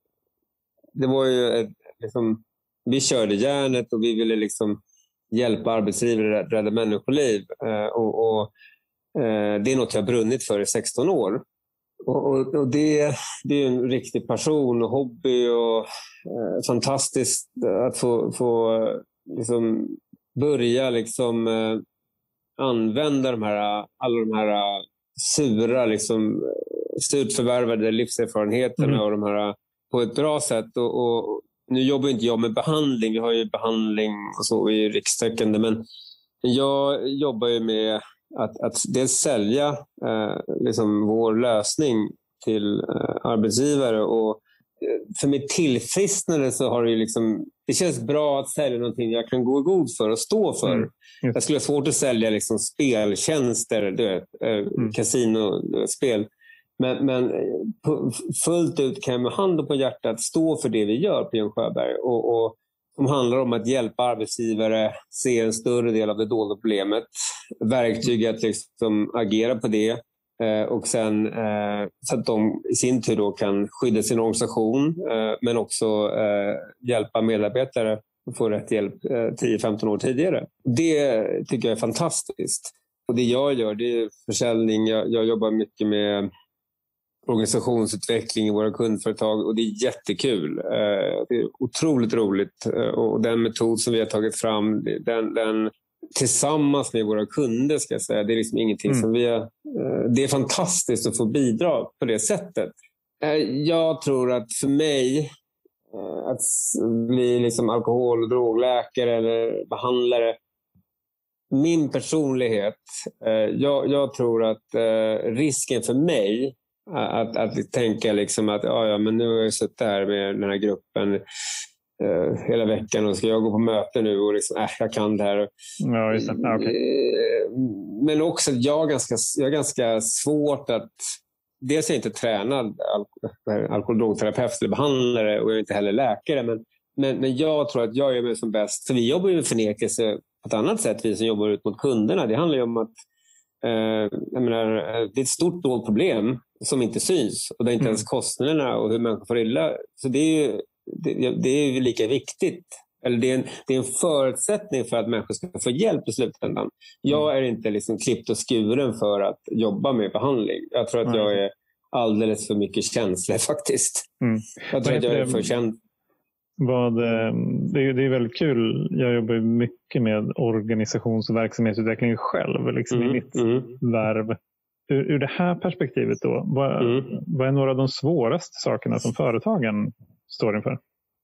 det var ju ett, liksom, vi körde järnet och vi ville liksom hjälpa arbetsgivare att rädda människoliv. Eh, och, och, eh, det är något jag har brunnit för i sexton år. Och, och, och det, det är en riktig passion och hobby och eh, fantastiskt att få, få liksom, börja liksom, eh, använda de här, alla de här sura, liksom, surt förvärvade livserfarenheterna mm. och de här på ett bra sätt. Och, och nu jobbar inte jag med behandling, vi har ju behandling och så i rikstäckande, men jag jobbar ju med att, att dels sälja eh, liksom vår lösning till eh, arbetsgivare och för mitt tillfrisknande så har det ju liksom, det känns bra att sälja någonting jag kan gå god för och stå för. Mm. Jag skulle ha svårt att sälja liksom speltjänster, du vet, eh, mm. kasinospel. Men, men fullt ut kan jag med handen på hjärtat stå för det vi gör på Björn Sjöberg. Och, och som handlar om att hjälpa arbetsgivare se en större del av det dolda problemet. Verktyg att liksom agera på det. Eh, och sen eh, så att de i sin tur då kan skydda sin organisation. Eh, men också eh, hjälpa medarbetare att få rätt hjälp eh, tio femton år tidigare. Det tycker jag är fantastiskt. Och det jag gör, det är försäljning. Jag, jag jobbar mycket med organisationsutveckling i våra kundföretag och det är jättekul. Det är otroligt roligt och den metod som vi har tagit fram, den, den tillsammans med våra kunder ska jag säga, det är liksom ingenting mm. som vi har, det är fantastiskt att få bidra på det sättet. Jag tror att för mig att bli liksom alkohol- och drogläkare eller behandlare, min personlighet, jag, jag tror att risken för mig Att, att tänka liksom att ja, ja, men nu har jag suttit här med den här gruppen eh, hela veckan och ska jag gå på möte nu och liksom, äh, jag kan det här. Ja, just det. Ja, okay. eh, men också att jag är ganska, jag är ganska svårt att, dels är jag inte tränad al- alkohol- och drogterapeut eller behandlare och jag är inte heller läkare, men, men, men jag tror att jag är med som bäst, för vi jobbar ju med förnekelse på ett annat sätt, vi som jobbar ut mot kunderna. Det handlar ju om att eh, jag menar, det är ett stort dolt problem som inte syns och det är inte mm. ens kostnaderna och hur människor får illa. Så det är ju, det, det är ju lika viktigt. Eller det är, en, det är en förutsättning för att människor ska få hjälp i slutändan. Jag är inte liksom klippt och skuren för att jobba med behandling. Jag tror att mm. jag är alldeles för mycket känslig faktiskt. Mm. Jag tror att jag är för känd. Vad, det, är, det är väldigt kul. Jag jobbar mycket med organisations- och verksamhetsutveckling själv liksom mm. i mitt mm. värv. Ur, ur det här perspektivet då, vad, mm. vad är några av de svåraste sakerna som företagen står inför?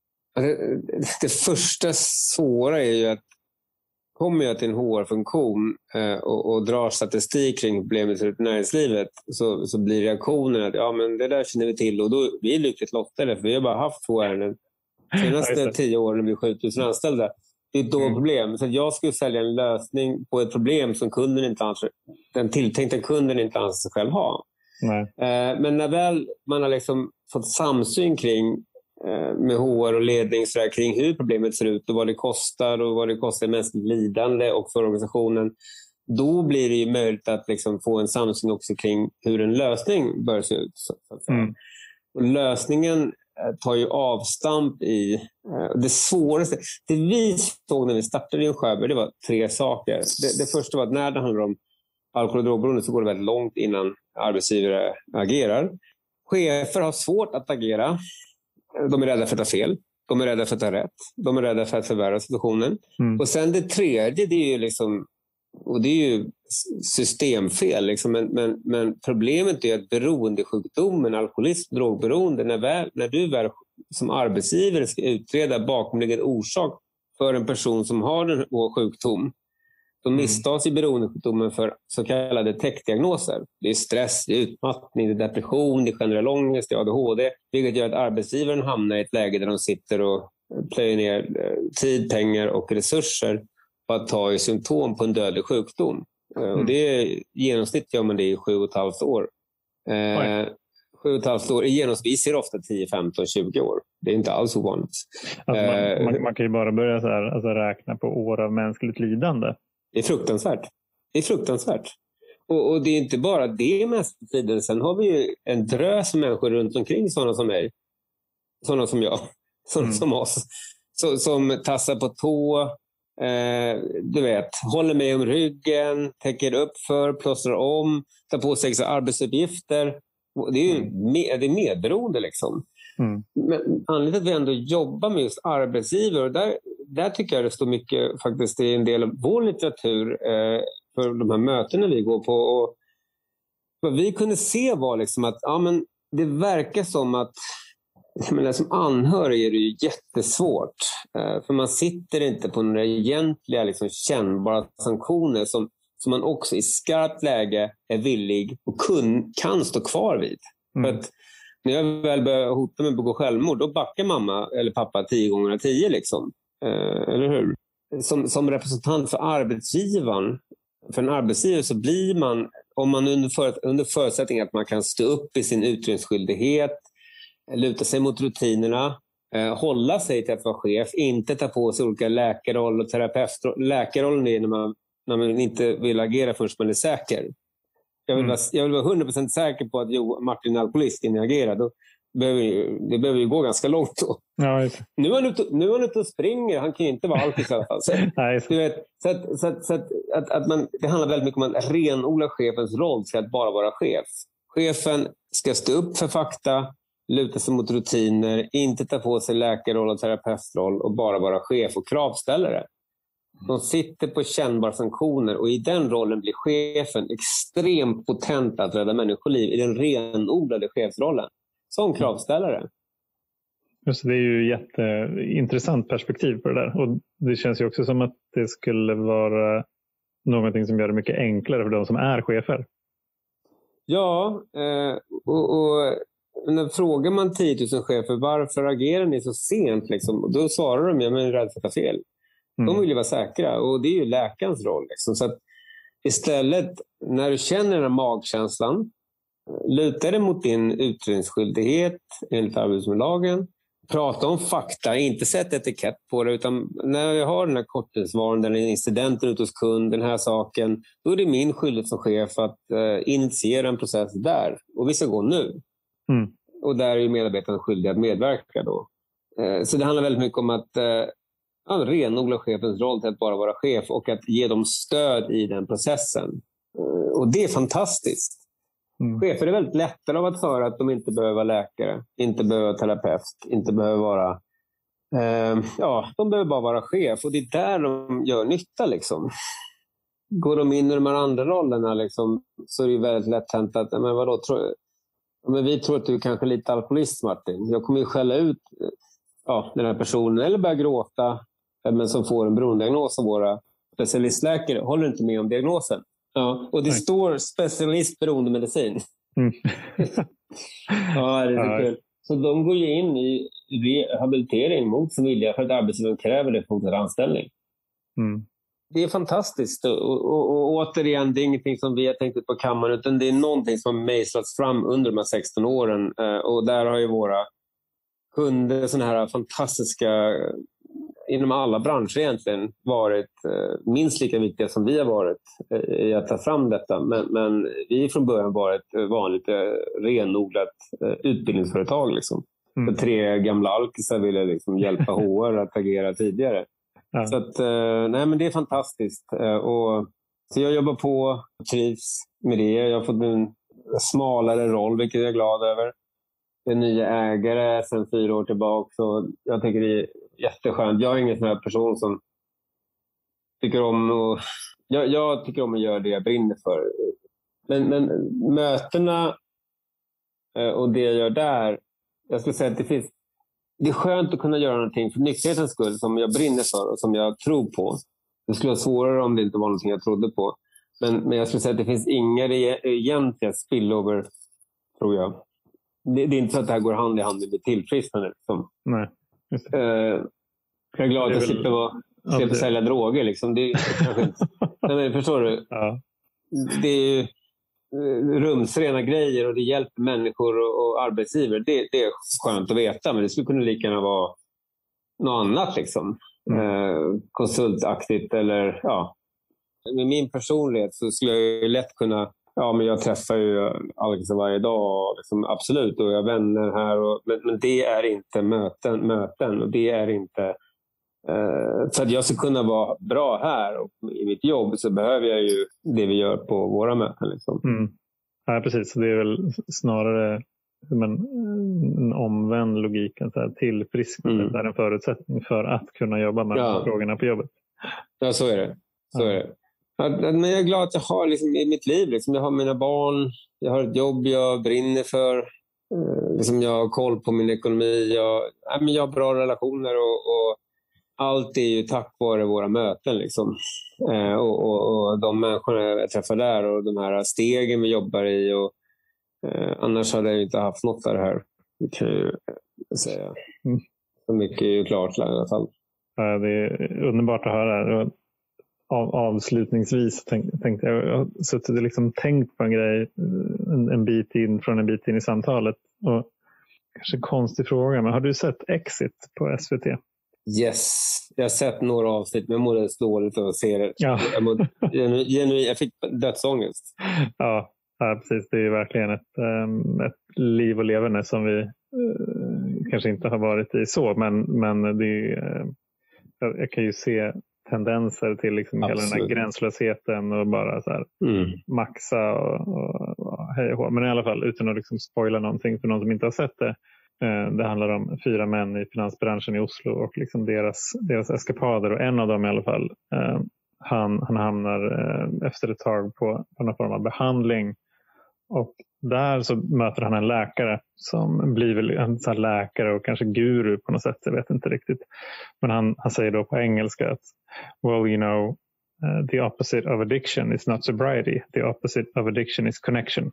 Det, det första svåra är ju att kommer jag till en H R-funktion eh, och, och drar statistik kring problemet i näringslivet, så, så blir reaktionen att ja, men det där känner vi till och då vi är lyckligt lottade för vi har bara haft två ärenden de senaste tio åren med sju tusen anställda. Det är ett dåligt problem. Så jag skulle sälja en lösning på ett problem som kunden inte anser, den tilltänkta kunden inte anser sig själv ha. Nej. Eh, men när väl man har liksom fått samsyn kring eh, med H R och ledning så där, kring hur problemet ser ut och vad det kostar och vad det kostar mest lidande och för organisationen, då blir det ju möjligt att liksom få en samsyn också kring hur en lösning bör se ut. Så att säga. Mm. Och lösningen tar ju avstamp i eh, det svåraste. Det vi såg när vi startade i en Sjöberg, det var tre saker. Det, det första var att när det handlar om alkohol- och drogberoende så går det väldigt långt innan arbetsgivare agerar. Chefer har svårt att agera. De är rädda för att ta fel. De är rädda för att ta rätt. De är rädda för att förvärra situationen. Mm. Och sen det tredje, det är ju liksom, och det är ju systemfel liksom, men, men, men problemet är att beroendesjukdomen, alkoholism, drogberoende, när, väl, när du väl som arbetsgivare ska utreda bakomliggande orsak för en person som har en sjukdom, då misstas i beroendesjukdomen för så kallade täckdiagnoser. Det är stress, det är utmattning, det är depression, det är generell ångest, det är A D H D, vilket gör att arbetsgivaren hamnar i ett läge där de sitter och plöjer ner tid, pengar och resurser på att ta i symptom på en dödlig sjukdom. Mm. Och det är genomsnitt gör man det i sju och ett halvt år. Eh, sju och ett halvt år i genomsnitt, vi ser ofta tio, femton, tjugo år. Det är inte alls ovanligt. Alltså man, eh, man, man kan ju bara börja så här, alltså räkna på år av mänskligt lidande. Det är fruktansvärt. Det är fruktansvärt. Och, och det är inte bara det mänskligt lidande. Sen har vi ju en drös människor runt omkring, sådana som mig. Sådana som jag. Sådana mm. som oss. Så, som tassar på tå. Eh, du vet, håller mig om ryggen, täcker upp för, plåstrar om, tar på sig arbetsuppgifter. Det är ju mm. med, det är medberoende liksom. Mm. Men anledningen till att vi ändå jobbar med just arbetsgivare, och där, där tycker jag det står mycket faktiskt i en del av vår litteratur eh, för de här mötena vi går på. Och vad vi kunde se var liksom att ja, men det verkar som att men som anhörig är det ju jättesvårt. Eh, för man sitter inte på några egentliga liksom, kännbara sanktioner som, som man också i skarpt läge är villig och kun, kan stå kvar vid. Mm. För att när jag väl börjar hota med att begå självmord, då backar mamma eller pappa tio gånger av tio. Liksom. Eh, eller hur? Som, som representant för arbetsgivaren, för en arbetsgivare så blir man, om man under, för, under förutsättning att man kan stå upp i sin utredningsskyldighet, luta sig mot rutinerna, eh, hålla sig till att vara chef, inte ta på sig olika läkarroll och terapeut. Läkarrollen är när man, när man inte vill agera förrän man är säker. Jag vill, mm. vara, jag vill vara hundra procent säker på att jo, Martin är alkoholist innan jag agerar. Då behöver ju, det behöver ju gå ganska långt då. Ja, nu är han ute, nu är han ute och springer. Han kan ju inte vara alkis i alla fall. Så, du vet, så, att, så, att, så att, att, att man, det handlar väldigt mycket om att renodla chefens roll till att bara vara chef. Chefen ska stå upp för fakta, luta sig mot rutiner, inte ta på sig läkarroll och terapeutroll och bara vara chef och kravställare. De sitter på kännbara sanktioner och i den rollen blir chefen extremt potent att rädda människoliv i den renodlade chefsrollen som kravställare. Just det, är ju jätteintressant perspektiv på det där. Och det känns ju också som att det skulle vara någonting som gör det mycket enklare för de som är chefer. Ja, eh, och, och när frågar man tio tusen chefer varför agerar ni så sent? Liksom, då svarar de, ja men är rädd för att ta fel. Mm. De vill ju vara säkra och det är ju läkarens roll. Liksom. Så att istället, när du känner den här magkänslan, luta dig mot din utredningsskyldighet enligt arbetsmiljölagen. Prata om fakta, inte sätta etikett på det, utan när jag har den här korttidsvaran, den incidenten ute hos kund, den här saken, då är det min skyldighet som chef att eh, initiera en process där. Och vi ska gå nu. Mm. Och där är ju medarbetarna skyldiga att medverka då. Eh, så det handlar väldigt mycket om att eh, renodla chefens roll till att bara vara chef och att ge dem stöd i den processen. Eh, och det är fantastiskt. Mm. Chefer är väldigt lättare av att höra att de inte behöver vara läkare, inte behöver vara terapeut, inte behöver vara... Eh, ja, de behöver bara vara chef och det är där de gör nytta liksom. Går de in i de här andra rollerna liksom, så är det väldigt lätt hänt att men vadå, tror, men vi tror att du är kanske lite alkoholist, Martin. Jag kommer ju skälla ut ja, den här personen eller börja gråta, men som får en beroendediagnos av våra specialistläkare. Håller inte med om diagnosen. Ja, och det Nej. står specialist beroendemedicin. Mm. Ja, det är så kul. Så de går ju in i rehabilitering mot sin vilja för att arbetsgivaren kräver det för anställning. Mm. Det är fantastiskt. Och, och, och, och återigen, det är ingenting som vi har tänkt ut på kammaren, utan det är någonting som har mejslats fram under de här sexton åren. Och där har ju våra kunder, sådana här fantastiska, inom alla branscher egentligen, varit eh, minst lika viktiga som vi har varit eh, i att ta fram detta. Men, men vi från början varit vanligt eh, renodlat eh, utbildningsföretag. Liksom. Mm. För tre gamla alkisar ville liksom hjälpa H R att agera tidigare. Ja. Så att, eh, nej men det är fantastiskt. Eh, och, så jag jobbar på och trivs med det. Jag har fått en smalare roll, vilket jag är glad över. En nya ägare sedan fyra år tillbaka. Så jag tycker det är jätteskönt. Jag är ingen sån här person som tycker om att... Jag, jag tycker om att göra det jag brinner för. Men, men mötena och det jag gör där... Jag skulle säga att det finns... Det är skönt att kunna göra någonting för nykterhetens skull som jag brinner för och som jag tror på. Det skulle vara svårare om det inte var någonting jag trodde på. Men, men jag skulle säga att det finns inga egentliga spillover, tror jag. Det, det är inte så att det här går hand i hand med tillfrisknande. Liksom. Nej. Uh, jag är glad att jag väl... slipper, vara, slipper ja, det... sälja droger. Liksom. Det, det inte... Nej, men, förstår du? Ja. Det är ju rumsrena grejer och det hjälper människor och, och arbetsgivare. Det, det är skönt att veta, men det skulle kunna lika gärna vara något annat. Liksom. Mm. Uh, konsultaktigt eller ja. Med min personlighet så skulle jag ju lätt kunna... Ja, men jag träffar ju Alex varje dag, liksom, absolut, och jag har vänner här. Och, men, men det är inte möten, möten och det är inte... Eh, för att jag ska kunna vara bra här och i mitt jobb så behöver jag ju det vi gör på våra möten. Liksom. Mm. Ja, precis. Det är väl snarare men, en omvänd logik. Tillfrisknande mm. är en förutsättning för att kunna jobba med ja. frågorna på jobbet. Ja, så är det. Så ja. är det. Men jag är glad att jag har liksom, i mitt liv, liksom, jag har mina barn, jag har ett jobb jag brinner för, eh, liksom, jag har koll på min ekonomi, jag, äh, men jag har bra relationer och, och allt är ju tack vare våra möten. Liksom. Eh, och, och, och de människorna jag träffar där och de här stegen vi jobbar i. Och, eh, annars hade jag inte haft något av det här, det kan jag ju säga. Mm. Så mycket är ju klart i alla fall. Ja, det är underbart att höra. Av, avslutningsvis tänk, tänkte jag, jag har suttit och liksom tänkt på en grej en, en bit in från en bit in i samtalet och kanske konstig fråga, men har du sett Exit på S V T? Yes, jag har sett några avsnitt men jag mådde dåligt av att se det. Ja. Jag, mådde, genuin, jag fick dödsångest. Ja, ja, precis, det är verkligen ett, um, ett liv och leverne som vi uh, kanske inte har varit i så, men, men det är, uh, jag, jag kan ju se tendenser till liksom hela den här gränslösheten och bara så här mm. maxa och, och, och hej och hå. Men i alla fall utan att liksom spoila någonting för någon som inte har sett det. Eh, det handlar om fyra män i finansbranschen i Oslo och liksom deras, deras eskapader, och en av dem i alla fall eh, han, han hamnar eh, efter ett tag på, på någon form av behandling, och där så möter han en läkare som blir väl en sån här läkare och kanske guru på något sätt, jag vet inte riktigt. Men han, han säger då på engelska att well, you know, uh, the opposite of addiction is not sobriety, the opposite of addiction is connection.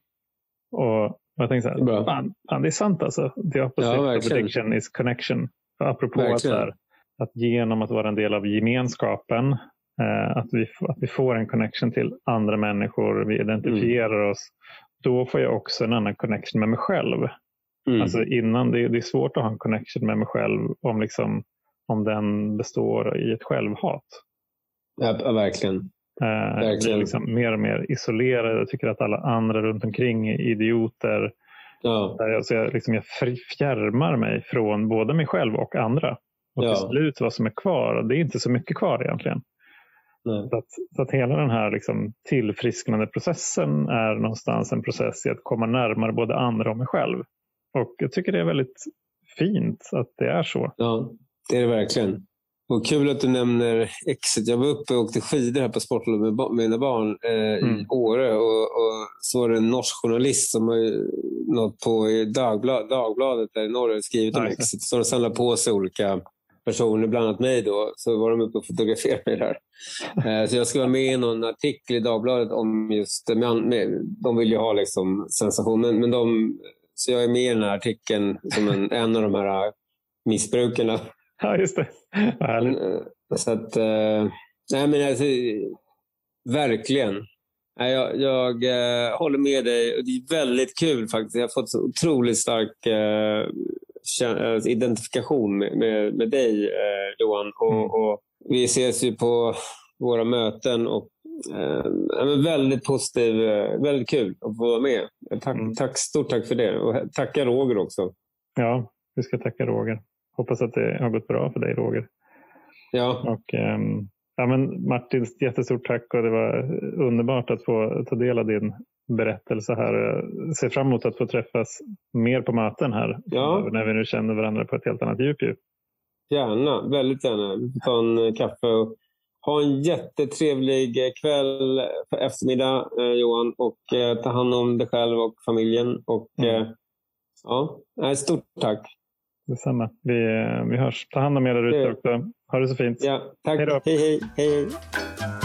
Och jag tänkte så här, fan, fan, det är sant alltså. The opposite ja, of addiction is connection. För apropå att, här, att genom att vara en del av gemenskapen, eh, att, vi, att vi får en connection till andra människor, vi identifierar mm. oss, då får jag också en annan connection med mig själv. Mm. Alltså innan, det, det är svårt att ha en connection med mig själv om, liksom, om den består i ett självhat. Ja, ja verkligen. Eh, verkligen. Jag blir liksom mer och mer isolerad. Jag tycker att alla andra runt omkring är idioter. Ja. Där jag, så jag, liksom, jag fjärmar mig från både mig själv och andra. Och ja. Till slut vad som är kvar, det är inte så mycket kvar egentligen. Så att, så att hela den här liksom tillfrisknande processen är någonstans en process i att komma närmare både andra och mig själv. Och jag tycker det är väldigt fint att det är så. Ja, det är det verkligen. Och kul att du nämner Exit. Jag var uppe och åkte skidor här på sportlov med mina barn eh, mm. i Åre. Och, och så var det en norsk journalist som har något på i Dagblad, Dagbladet där i Norge skrivit om ja, Exit. Så de samlar på sig olika personer, bland annat mig då, så var de uppe och fotograferade mig där. Eh, så jag ska vara med i någon artikel i Dagbladet om just, med, med, de vill ju ha liksom sensationen, men de, så jag är med i den här artikeln som en, en av de här missbrukarna. Ja, just det. Vad härligt. Så att, eh, nej men alltså, verkligen. Jag, jag eh, håller med dig, och det är väldigt kul faktiskt. Jag har fått så otroligt stark eh, identifikation med, med, med dig eh, Johan och, mm. och vi ses ju på våra möten och eh, väldigt positiv, eh, väldigt kul att få vara med. Tack, mm. tack, stort tack för det, och tacka Roger också. Ja, vi ska tacka Roger. Hoppas att det har gått bra för dig, Roger. Ja. Och eh, ja, men Martin, jättestort tack, och det var underbart att få ta del av din berättelse här. Jag ser fram emot att få träffas mer på möten här. Ja. När vi nu känner varandra på ett helt annat djup. Ju. Gärna, väldigt gärna. Vi får ta en kaffe och ha en jättetrevlig kväll för eftermiddag, eh, Johan. Och eh, ta hand om dig själv och familjen. Och mm. eh, ja, stort tack. Detsamma. Vi, vi hörs. Ta hand om er där ute också. Ha det så fint. Ja, tack. Hej då. Hej, hej. hej.